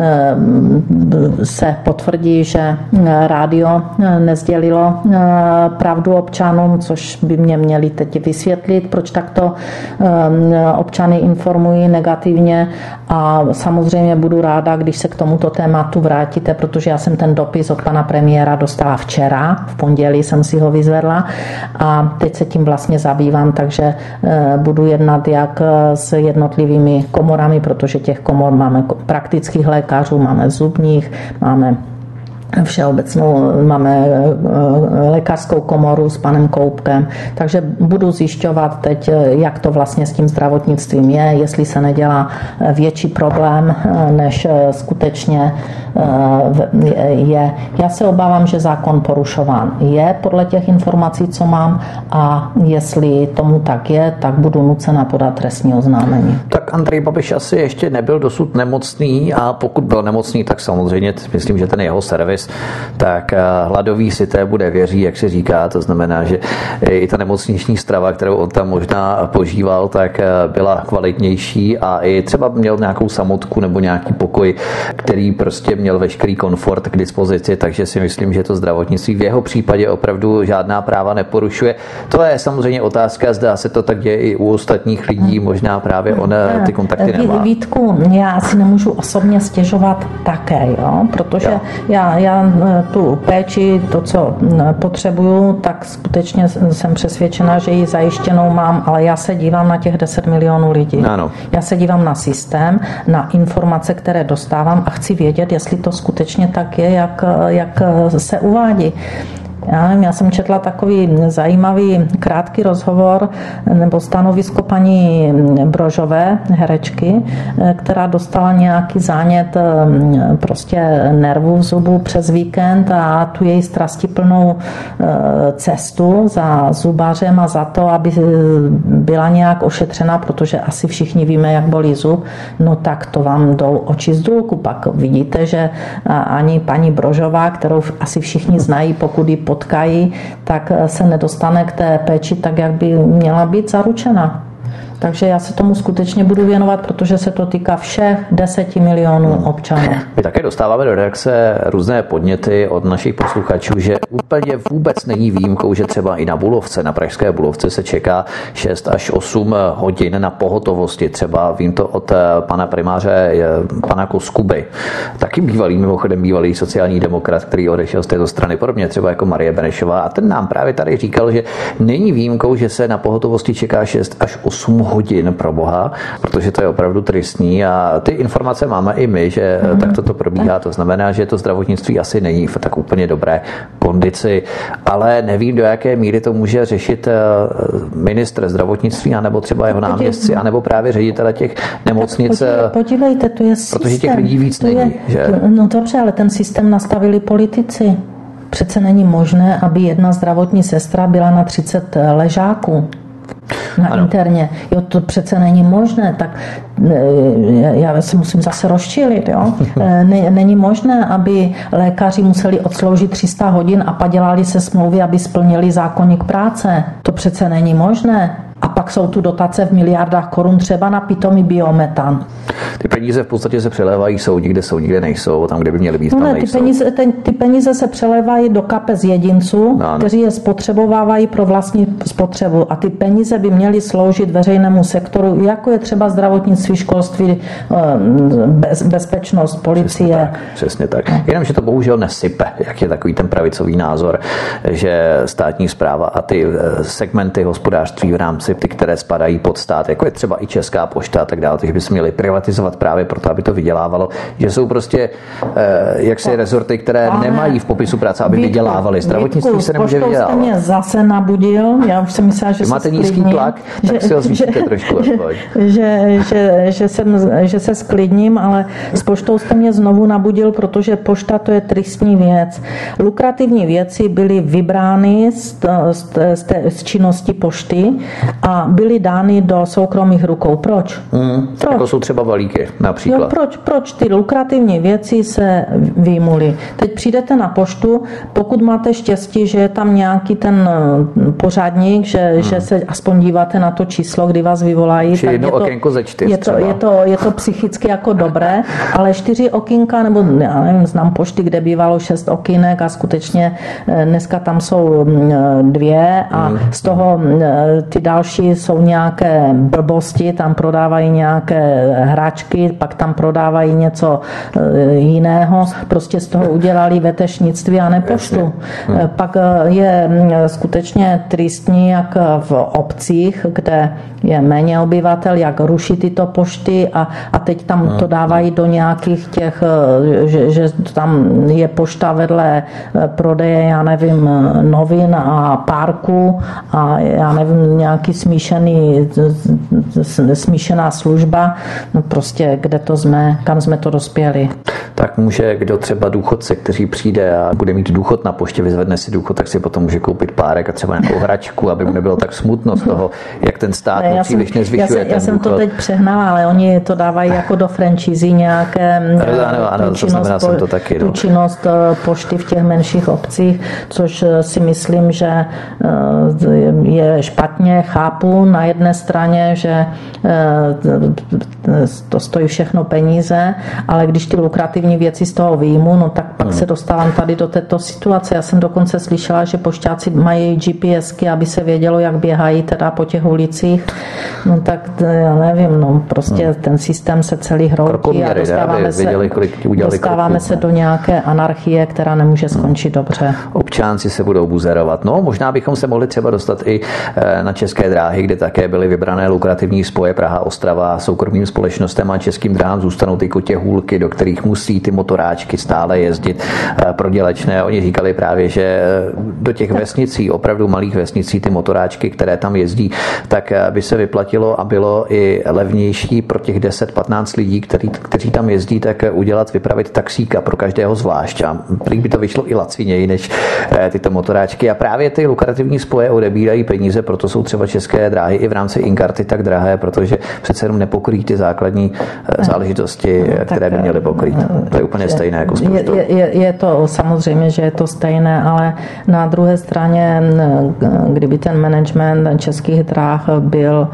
se potvrdí, že rádio nesdělilo pravdu občanům, což by mě měli teď vysvětlit, proč takto občany informují negativně, a samozřejmě budu ráda, když se k tomuto tématu vrátíte, protože já jsem ten dopis od pana premiéra dostala včera, v pondělí jsem si ho vyzvedla a teď se tím vlastně zabývám, takže budu jednat jak s jednotlivými komorami, protože těch komor máme praktických lékařů, máme zubních, máme všeobecnou, máme lékařskou komoru s panem Koupkem, takže budu zjišťovat teď, jak to vlastně s tím zdravotnictvím je, jestli se nedělá větší problém, než skutečně je. Já se obávám, že zákon porušován je podle těch informací, co mám, a jestli tomu tak je, tak budu nucena podat trestní oznámení. Tak Andrej Babiš asi ještě nebyl dosud nemocný, a pokud byl nemocný, tak samozřejmě myslím, že ten jeho servis, tak hladový syté bude věří, jak se říká, to znamená, že i ta nemocniční strava, kterou on tam možná požíval, tak byla kvalitnější a i třeba měl nějakou samotku nebo nějaký pokoj, který prostě měl veškerý komfort k dispozici, takže si myslím, že to zdravotnictví v jeho případě opravdu žádná práva neporušuje. To je samozřejmě otázka, zdá se to tak děje i u ostatních lidí, možná právě on ty kontakty nemá. Vítku, já si nemůžu osobně stěžovat také, jo? Protože já tu péči, to, co potřebuju, tak skutečně jsem přesvědčena, že ji zajištěnou mám, ale já se dívám na těch 10 milionů lidí. Ano. Já se dívám na systém, na informace, které dostávám, a chci vědět, jestli to skutečně tak je, jak se uvádí. Já jsem četla takový zajímavý krátký rozhovor nebo stanovisko paní Brožové, herečky, která dostala nějaký zánět prostě nervů v zubu přes víkend a tu její strastiplnou cestu za zubařem a za to, aby byla nějak ošetřena, protože asi všichni víme, jak bolí zub, no tak to vám jdou oči z důlku. Pak vidíte, že ani paní Brožová, kterou asi všichni znají, pokud ji potkají, tak se nedostane k té péči tak, jak by měla být zaručena. Takže já se tomu skutečně budu věnovat, protože se to týká všech 10 milionů občanů. My také dostáváme do redakce různé podněty od našich posluchačů, že úplně vůbec není výjimkou, že třeba i na Bulovce, na pražské Bulovce se čeká 6 až 8 hodin na pohotovosti. Třeba vím to od pana primáře, pana Koskuby. Taky mimochodem bývalý sociální demokrat, který odešel z této strany, podobně třeba jako Marie Benešová. A ten nám právě tady říkal, že není výjimkou, že se na pohotovosti čeká 6 až 8 hodin, pro boha, protože to je opravdu tristní, a ty informace máme i my, že takto to probíhá. To znamená, že to zdravotnictví asi není v tak úplně dobré kondici, ale nevím, do jaké míry to může řešit ministr zdravotnictví, anebo třeba jeho náměstci, anebo právě ředitele těch nemocnic. Podívejte, to je systém. Protože těch lidí víc není. Že? No dobře, ale ten systém nastavili politici. Přece není možné, aby jedna zdravotní sestra byla na 30 ležáků na interně. Jo, to přece není možné, tak já se musím zase rozčilit, jo. Není možné, aby lékaři museli odsloužit 300 hodin a padělali se smlouvy, aby splnili zákoník práce. To přece není možné. A pak jsou tu dotace v miliardách korun třeba na pitomý biometan. Ty peníze v podstatě se přelévají, jsou kde nejsou, tam, kde by měly být, tam nejsou. Ty peníze se přelévají do kapes jedinců, kteří je spotřebovávají pro vlastní spotřebu. A ty peníze by měly sloužit veřejnému sektoru, jako je třeba zdravotnictví, školství, bezpečnost, policie. Přesně tak. Jenomže to bohužel nesype, jak je takový ten pravicový názor, že státní správa a ty segmenty hospodářství v rámci ty, které spadají pod stát, jako je třeba i Česká pošta a tak dále, takže by se měly privatizovat financovat právě proto, aby to vydělávalo, že jsou prostě jaksi rezorty, které nemají v popisu práce, aby vydělávali. Zdravotnictví se nemůže vydělávat. Jste mě zase nabudil, já už jsem myslela, že máte nízký tlak, tak si ho zvýšíte trošku. Že se sklidním, ale s poštou jste mě znovu nabudil, protože pošta to je tristní věc. Lukrativní věci byly vybrány z činnosti pošty a byly dány do soukromých rukou. Proč? Jako jsou třeba balíky například. Jo, proč ty lukrativní věci se vyjmuly? Teď přijdete na poštu, pokud máte štěstí, že je tam nějaký ten pořádník, že se aspoň díváte na to číslo, kdy vás vyvolají. Tak jedno okénko ze 4 je to psychicky jako dobré, ale 4 okýnka, nebo já nevím, znám pošty, kde bývalo 6 okýnek a skutečně dneska tam jsou 2 a z toho ty další jsou nějaké blbosti, tam prodávají nějaké hračky, pak tam prodávají něco jiného, prostě z toho udělali vetešnictví a ne poštu. Pak je skutečně tristní, jak v obcích, kde je méně obyvatel, jak ruší tyto pošty a teď tam to dávají do nějakých těch, že tam je pošta vedle prodeje, já nevím, novin a parku a já nevím, nějaký smíšená služba, no prostě kde to jsme, kam jsme to dospěli. Tak může kdo třeba důchodce, který přijde a bude mít důchod na poště, vyzvedne si důchod, tak si potom může koupit párek a třeba nějakou hračku, aby mu nebylo tak smutno z toho, jak ten stát příliš nezvyšuje. Já jsem to teď přehnala, ale oni to dávají jako do franšízy nějaké tu činnost pošty v těch menších obcích, což si myslím, že je špatně. Chápu na jedné straně, že to stojí všechno peníze, ale když ty lukrativní věci z toho vyjmu, no tak pak se dostávám tady do této situace. Já jsem dokonce slyšela, že pošťáci mají GPSky, aby se vědělo, jak běhají teda po těch ulicích. No tak já nevím, no prostě ten systém se celý hroutí a dostáváme se do nějaké anarchie, která nemůže skončit dobře. Občánci se budou buzerovat. No, možná bychom se mohli třeba dostat i na České dráhy, kde také byly vybrané lukrativní spoje Praha-Ostrava soukromým společnostem a Českým dráhám zůstanou ty kotěhůlky, do kterých musí ty motoráčky stále jezdit prodělečné. Oni říkali právě, že do těch vesnicí, opravdu malých vesnicí, ty motoráčky, které tam jezdí, tak by se vyplatilo a bylo i levnější pro těch 10-15 lidí, kteří tam jezdí, tak vypravit taxíka pro každého zvlášť. A prý by to vyšlo i laciněji než tyto motoráčky. A právě ty lukrativní spoje odebírají peníze, proto jsou třeba České dráhy i v rámci inkarty tak drahé, protože přece jenom nepokryjí ty základní záležitosti, které by měly pokrýt. To je úplně stejné jako s poštou. Je to samozřejmě, že je to stejné, ale na druhé straně, kdyby ten management Českých dráh byl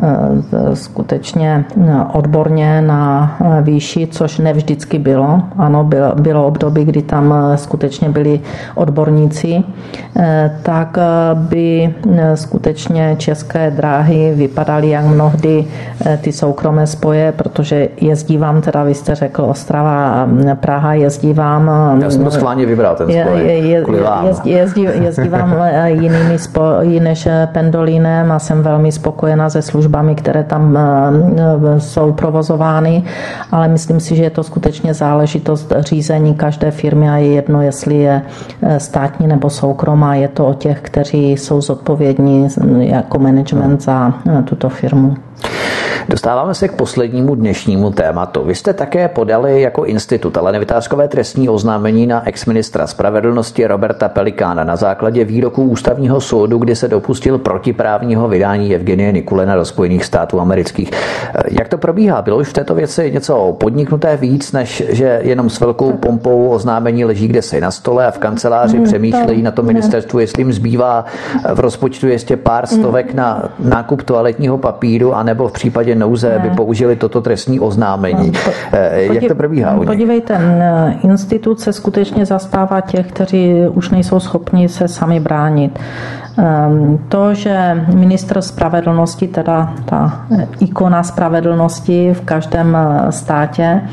skutečně odborně na výši, což ne vždycky bylo. Ano, bylo období, kdy tam skutečně byli odborníci, tak by skutečně České dráhy vypadaly jak mnohdy ty soukromé spoje, protože jezdí vám, teda vy jste řekl Ostrava, Praha, jezdí vám... Já jsem to schválně vybral, ten spoj. Jezdí vám jinými spoji než pendolínem a jsem velmi spokojená se službami, které tam jsou provozovány, ale myslím si, že je to skutečně záležitost řízení každé firmy a je jedno, jestli je státní nebo soukromá, je to o těch, kteří jsou zodpovědní jako management za tuto firmu. Dostáváme se k poslednímu dnešnímu tématu. Vy jste také podali jako institut ale nevytázkové trestní oznámení na exministra spravedlnosti Roberta Pelikána na základě výroku ústavního soudu, kdy se dopustil protiprávního vydání Evgenie Nikulina do Spojených států amerických. Jak to probíhá? Bylo už v této věci něco podniknuté víc, než že jenom s velkou pompou oznámení leží kdesi na stole a v kanceláři přemýšlejí na tom ministerstvu, jestli jim zbývá v rozpočtu ještě pár stovek na nákup toaletního papíru, anebo v případě nouze by použili toto trestní oznámení. Jak to probíhá? Podívejte, institut se skutečně zastává těch, kteří už nejsou schopni se sami bránit. To, že ministr spravedlnosti, teda ta ikona spravedlnosti v každém státě,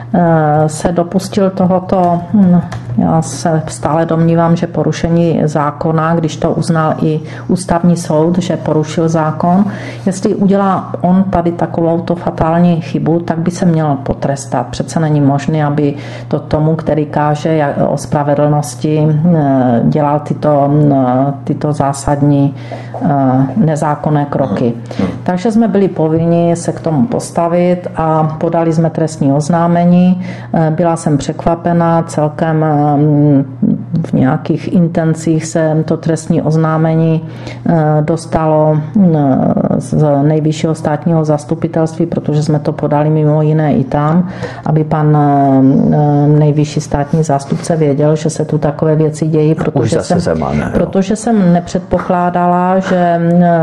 se dopustil tohoto, já se stále domnívám, že porušení zákona, když to uznal i ústavní soud, že porušil zákon, jestli udělá on tady takovouto fatální chybu, tak by se měl potrestat. Přece není možné, aby to tomu, který káže o spravedlnosti, dělal tyto zásadní nezákonné kroky. Takže jsme byli povinni se k tomu postavit a podali jsme trestní oznámení. Byla jsem překvapena, celkem v nějakých intencích se to trestní oznámení dostalo z nejvyššího státního zastupitelství, protože jsme to podali mimo jiné i tam, aby pan nejvyšší státní zástupce věděl, že se tu takové věci dějí, protože jsem nepředpokládala, že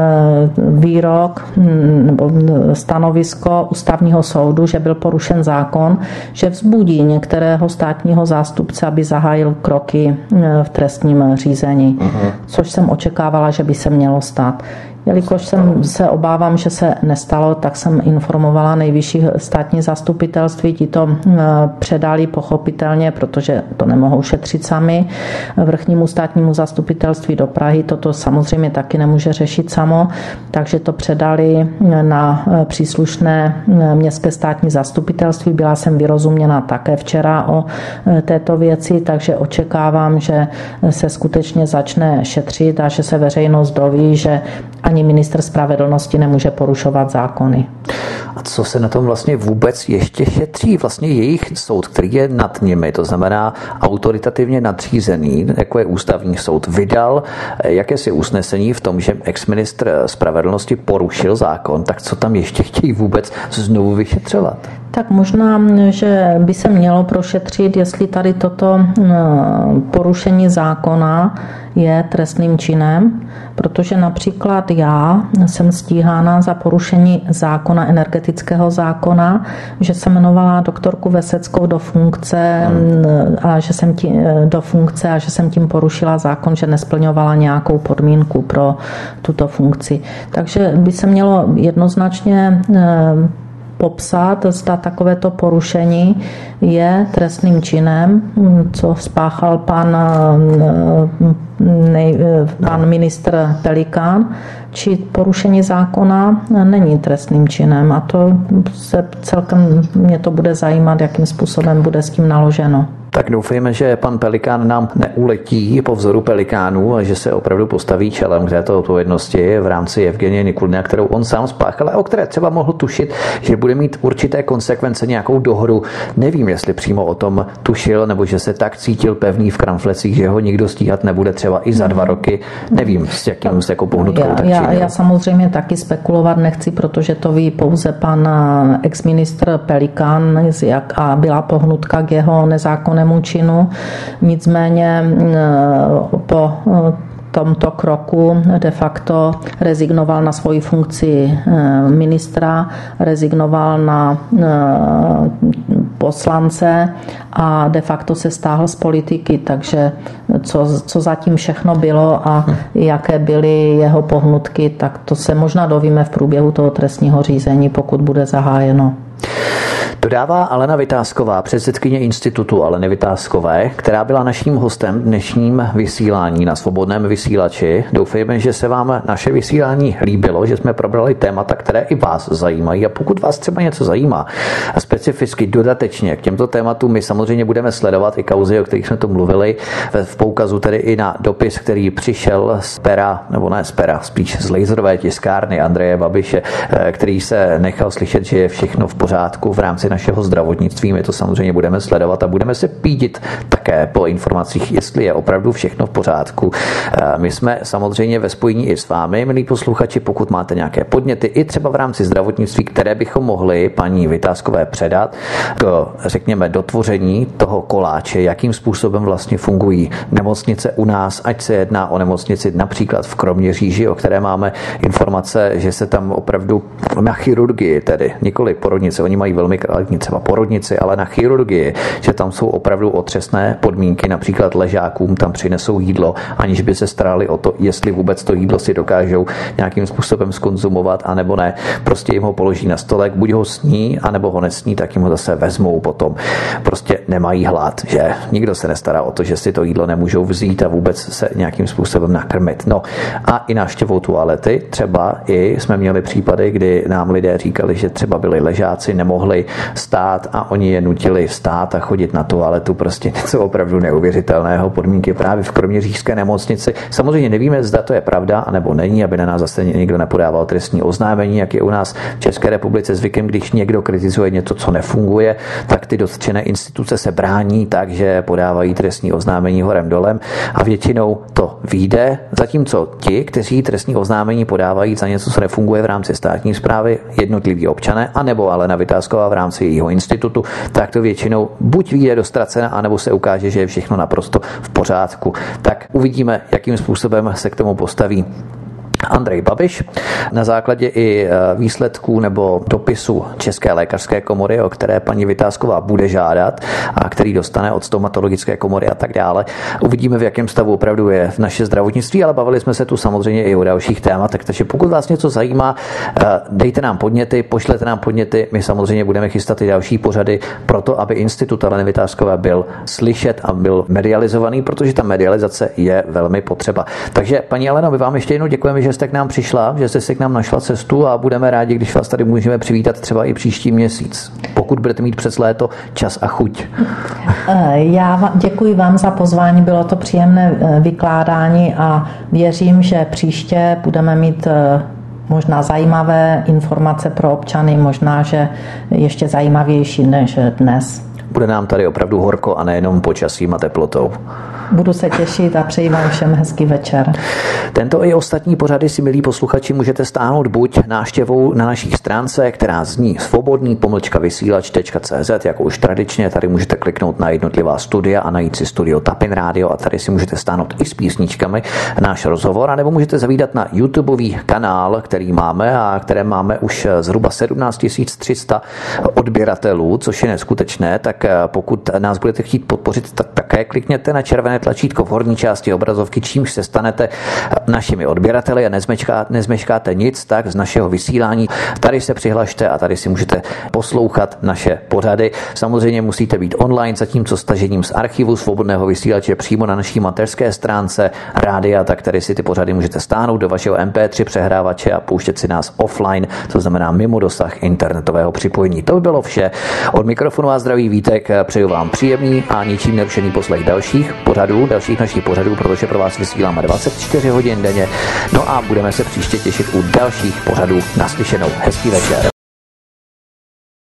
výrok nebo stanovisko ústavního soudu, že byl porušen zákon, že vzbudí některého státního zástupce, aby zahájil kroky v trestním řízení, což jsem očekávala, že by se mělo stát. Jelikož jsem se obávám, že se nestalo, tak jsem informovala nejvyšší státní zastupitelství, ti to předali pochopitelně, protože to nemohou šetřit sami, vrchnímu státnímu zastupitelství do Prahy, toto samozřejmě taky nemůže řešit samo, takže to předali na příslušné městské státní zastupitelství. Byla jsem vyrozuměna také včera o této věci, takže očekávám, že se skutečně začne šetřit a že se veřejnost doví, že ani ministr spravedlnosti nemůže porušovat zákony. A co se na tom vlastně vůbec ještě šetří? Vlastně jejich soud, který je nad nimi, to znamená autoritativně nadřízený, jako je ústavní soud, vydal jakési usnesení v tom, že exministr spravedlnosti porušil zákon, tak co tam ještě chtějí vůbec znovu vyšetřovat? Tak možná, že by se mělo prošetřit, jestli tady toto porušení zákona je trestným činem, protože například já jsem stíhána za porušení zákona, energetického zákona, že jsem jmenovala doktorku Veseckou do funkce a že jsem tím porušila zákon, že nesplňovala nějakou podmínku pro tuto funkci. Takže by se mělo jednoznačně popsat, zda takovéto porušení je trestným činem, co spáchal pan ministr Pelikán, či porušení zákona není trestným činem. A to se celkem mě to bude zajímat, jakým způsobem bude s tím naloženo. Tak doufejme, že pan Pelikán nám neuletí po vzoru Pelikánů a že se opravdu postaví čelem k této odpovědnosti v rámci Evgenie Nikulina, kterou on sám spáchal a o které třeba mohl tušit, že bude mít určité konsekvence, nějakou dohodu. Nevím, jestli přímo o tom tušil, nebo že se tak cítil pevný v kramflecích, že ho nikdo stíhat nebude třeba i za 2 roky. Nevím, s jakou pohnutkou tak činil. Já samozřejmě taky spekulovat nechci, protože to ví pouze pan exministr Pelikán a byla pohnutka k jeho nezákonnému činu. Nicméně po tomto kroku de facto rezignoval na svoji funkci ministra, rezignoval na poslance a de facto se stáhl z politiky, takže co zatím všechno bylo a jaké byly jeho pohnutky, tak to se možná dovíme v průběhu toho trestního řízení, pokud bude zahájeno. Dodává Alena Vitásková, předsedkyně institutu Aleny Vitáskové, která byla naším hostem v dnešním vysílání na Svobodném vysílači. Doufejme, že se vám naše vysílání líbilo, že jsme probrali témata, které i vás zajímají. A pokud vás třeba něco zajímá a specificky dodatečně k těmto tématům, my samozřejmě budeme sledovat i kauzy, o kterých jsme tu mluvili, v poukazu tedy i na dopis, který přišel z pera, nebo ne z pera, spíš z laserové tiskárny Andreje Babiše, který se nechal slyšet, že je všechno v pořádku v rámci našeho zdravotnictví. My to samozřejmě budeme sledovat a budeme se pídit také po informacích, jestli je opravdu všechno v pořádku. My jsme samozřejmě ve spojení i s vámi, milí posluchači, pokud máte nějaké podněty, i třeba v rámci zdravotnictví, které bychom mohli paní Vitáskové předat k, řekněme, dotvoření toho koláče, jakým způsobem vlastně fungují nemocnice u nás, ať se jedná o nemocnici například v Kroměříži, o které máme informace, že se tam opravdu na chirurgii, tedy nikoli porodnice, oni mají velmi kvalitní třeba porodnici, ale na chirurgii, že tam jsou opravdu otřesné podmínky, například ležákům tam přinesou jídlo, aniž by se starali o to, jestli vůbec to jídlo si dokážou nějakým způsobem zkonzumovat, anebo ne. Prostě jim ho položí na stolek, buď ho sní, anebo ho nesní, tak jim ho zase vezmou potom. Prostě nemají hlad, že nikdo se nestará o to, že si to jídlo nemůžou vzít a vůbec se nějakým způsobem nakrmit. No a i návštěvou toalety, třeba i jsme měli případy, kdy nám lidé říkali, že třeba byli ležáci, nemohli stát a oni je nutili vstát a chodit na toaletu, prostě něco opravdu neuvěřitelného, podmínky právě v kroměřížské nemocnici. Samozřejmě nevíme, zda to je pravda, anebo není, aby na nás zase někdo nepodával trestní oznámení, jak je u nás v České republice zvykem, když někdo kritizuje něco, co nefunguje, tak ty dotčené instituce se brání tak, že podávají trestní oznámení horem dolem a většinou to vyjde, zatímco ti, kteří trestní oznámení podávají za něco, co nefunguje v rámci státní správy, jednotliví občané, anebo Alena Vitásková v rámci jejího institutu, tak to většinou buď vyjde do ztracena, anebo se ukáže, že je všechno naprosto v pořádku. Tak uvidíme, jakým způsobem se k tomu postaví Andrej Babiš. Na základě i výsledků nebo dopisu České lékařské komory, o které paní Vitásková bude žádat a který dostane od stomatologické komory a tak dále. Uvidíme, v jakém stavu opravdu je naše zdravotnictví, ale bavili jsme se tu samozřejmě i o dalších tématech, takže pokud vás něco zajímá, dejte nám podněty, pošlete nám podněty, my samozřejmě budeme chystat i další pořady proto, aby institut Aleny Vitáskové byl slyšet a byl medializovaný, protože ta medializace je velmi potřeba. Takže paní Aleno, my vám ještě jednou děkujeme, že jste k nám přišla, že jste si k nám našla cestu a budeme rádi, když vás tady můžeme přivítat třeba i příští měsíc, pokud budete mít přes léto čas a chuť. Já děkuji vám za pozvání, bylo to příjemné vykládání a věřím, že příště budeme mít možná zajímavé informace pro občany, možná, že ještě zajímavější než dnes. Bude nám tady opravdu horko a nejenom počasím a teplotou. Budu se těšit a přeji vám všem hezký večer. Tento i ostatní pořady si, milí posluchači, můžete stáhnout buď návštěvou na naší stránce, která zní svobodný-vysílač.cz, jako už tradičně. Tady můžete kliknout na jednotlivá studia a najít si studio Tapin Radio a tady si můžete stáhnout i s písničkami náš rozhovor, anebo můžete zavídat na YouTubeový kanál, který máme a které máme už zhruba 17 300 odběratelů, což je neskutečné, tak pokud nás budete chtít podpořit, tak také klikněte na červené tlačítko v horní části obrazovky, čímž se stanete našimi odběrateli a nezmeškáte nic, tak z našeho vysílání. Tady se přihlašte a tady si můžete poslouchat naše pořady. Samozřejmě musíte být online, zatímco stažením z archivu Svobodného vysílače přímo na naší mateřské stránce rádia, tak tady si ty pořady můžete stáhnout do vašeho MP3 přehrávače a pouštět si nás offline, to znamená mimo dosah internetového připojení. To by bylo vše. Od mikrofonu a zdraví Vítek, přeju vám příjemný a ničím nerušený poslech dalších našich pořadů, protože pro vás vysíláme 24 hodin denně. No a budeme se příště těšit u dalších pořadů. Naslyšenou. Hezký večer.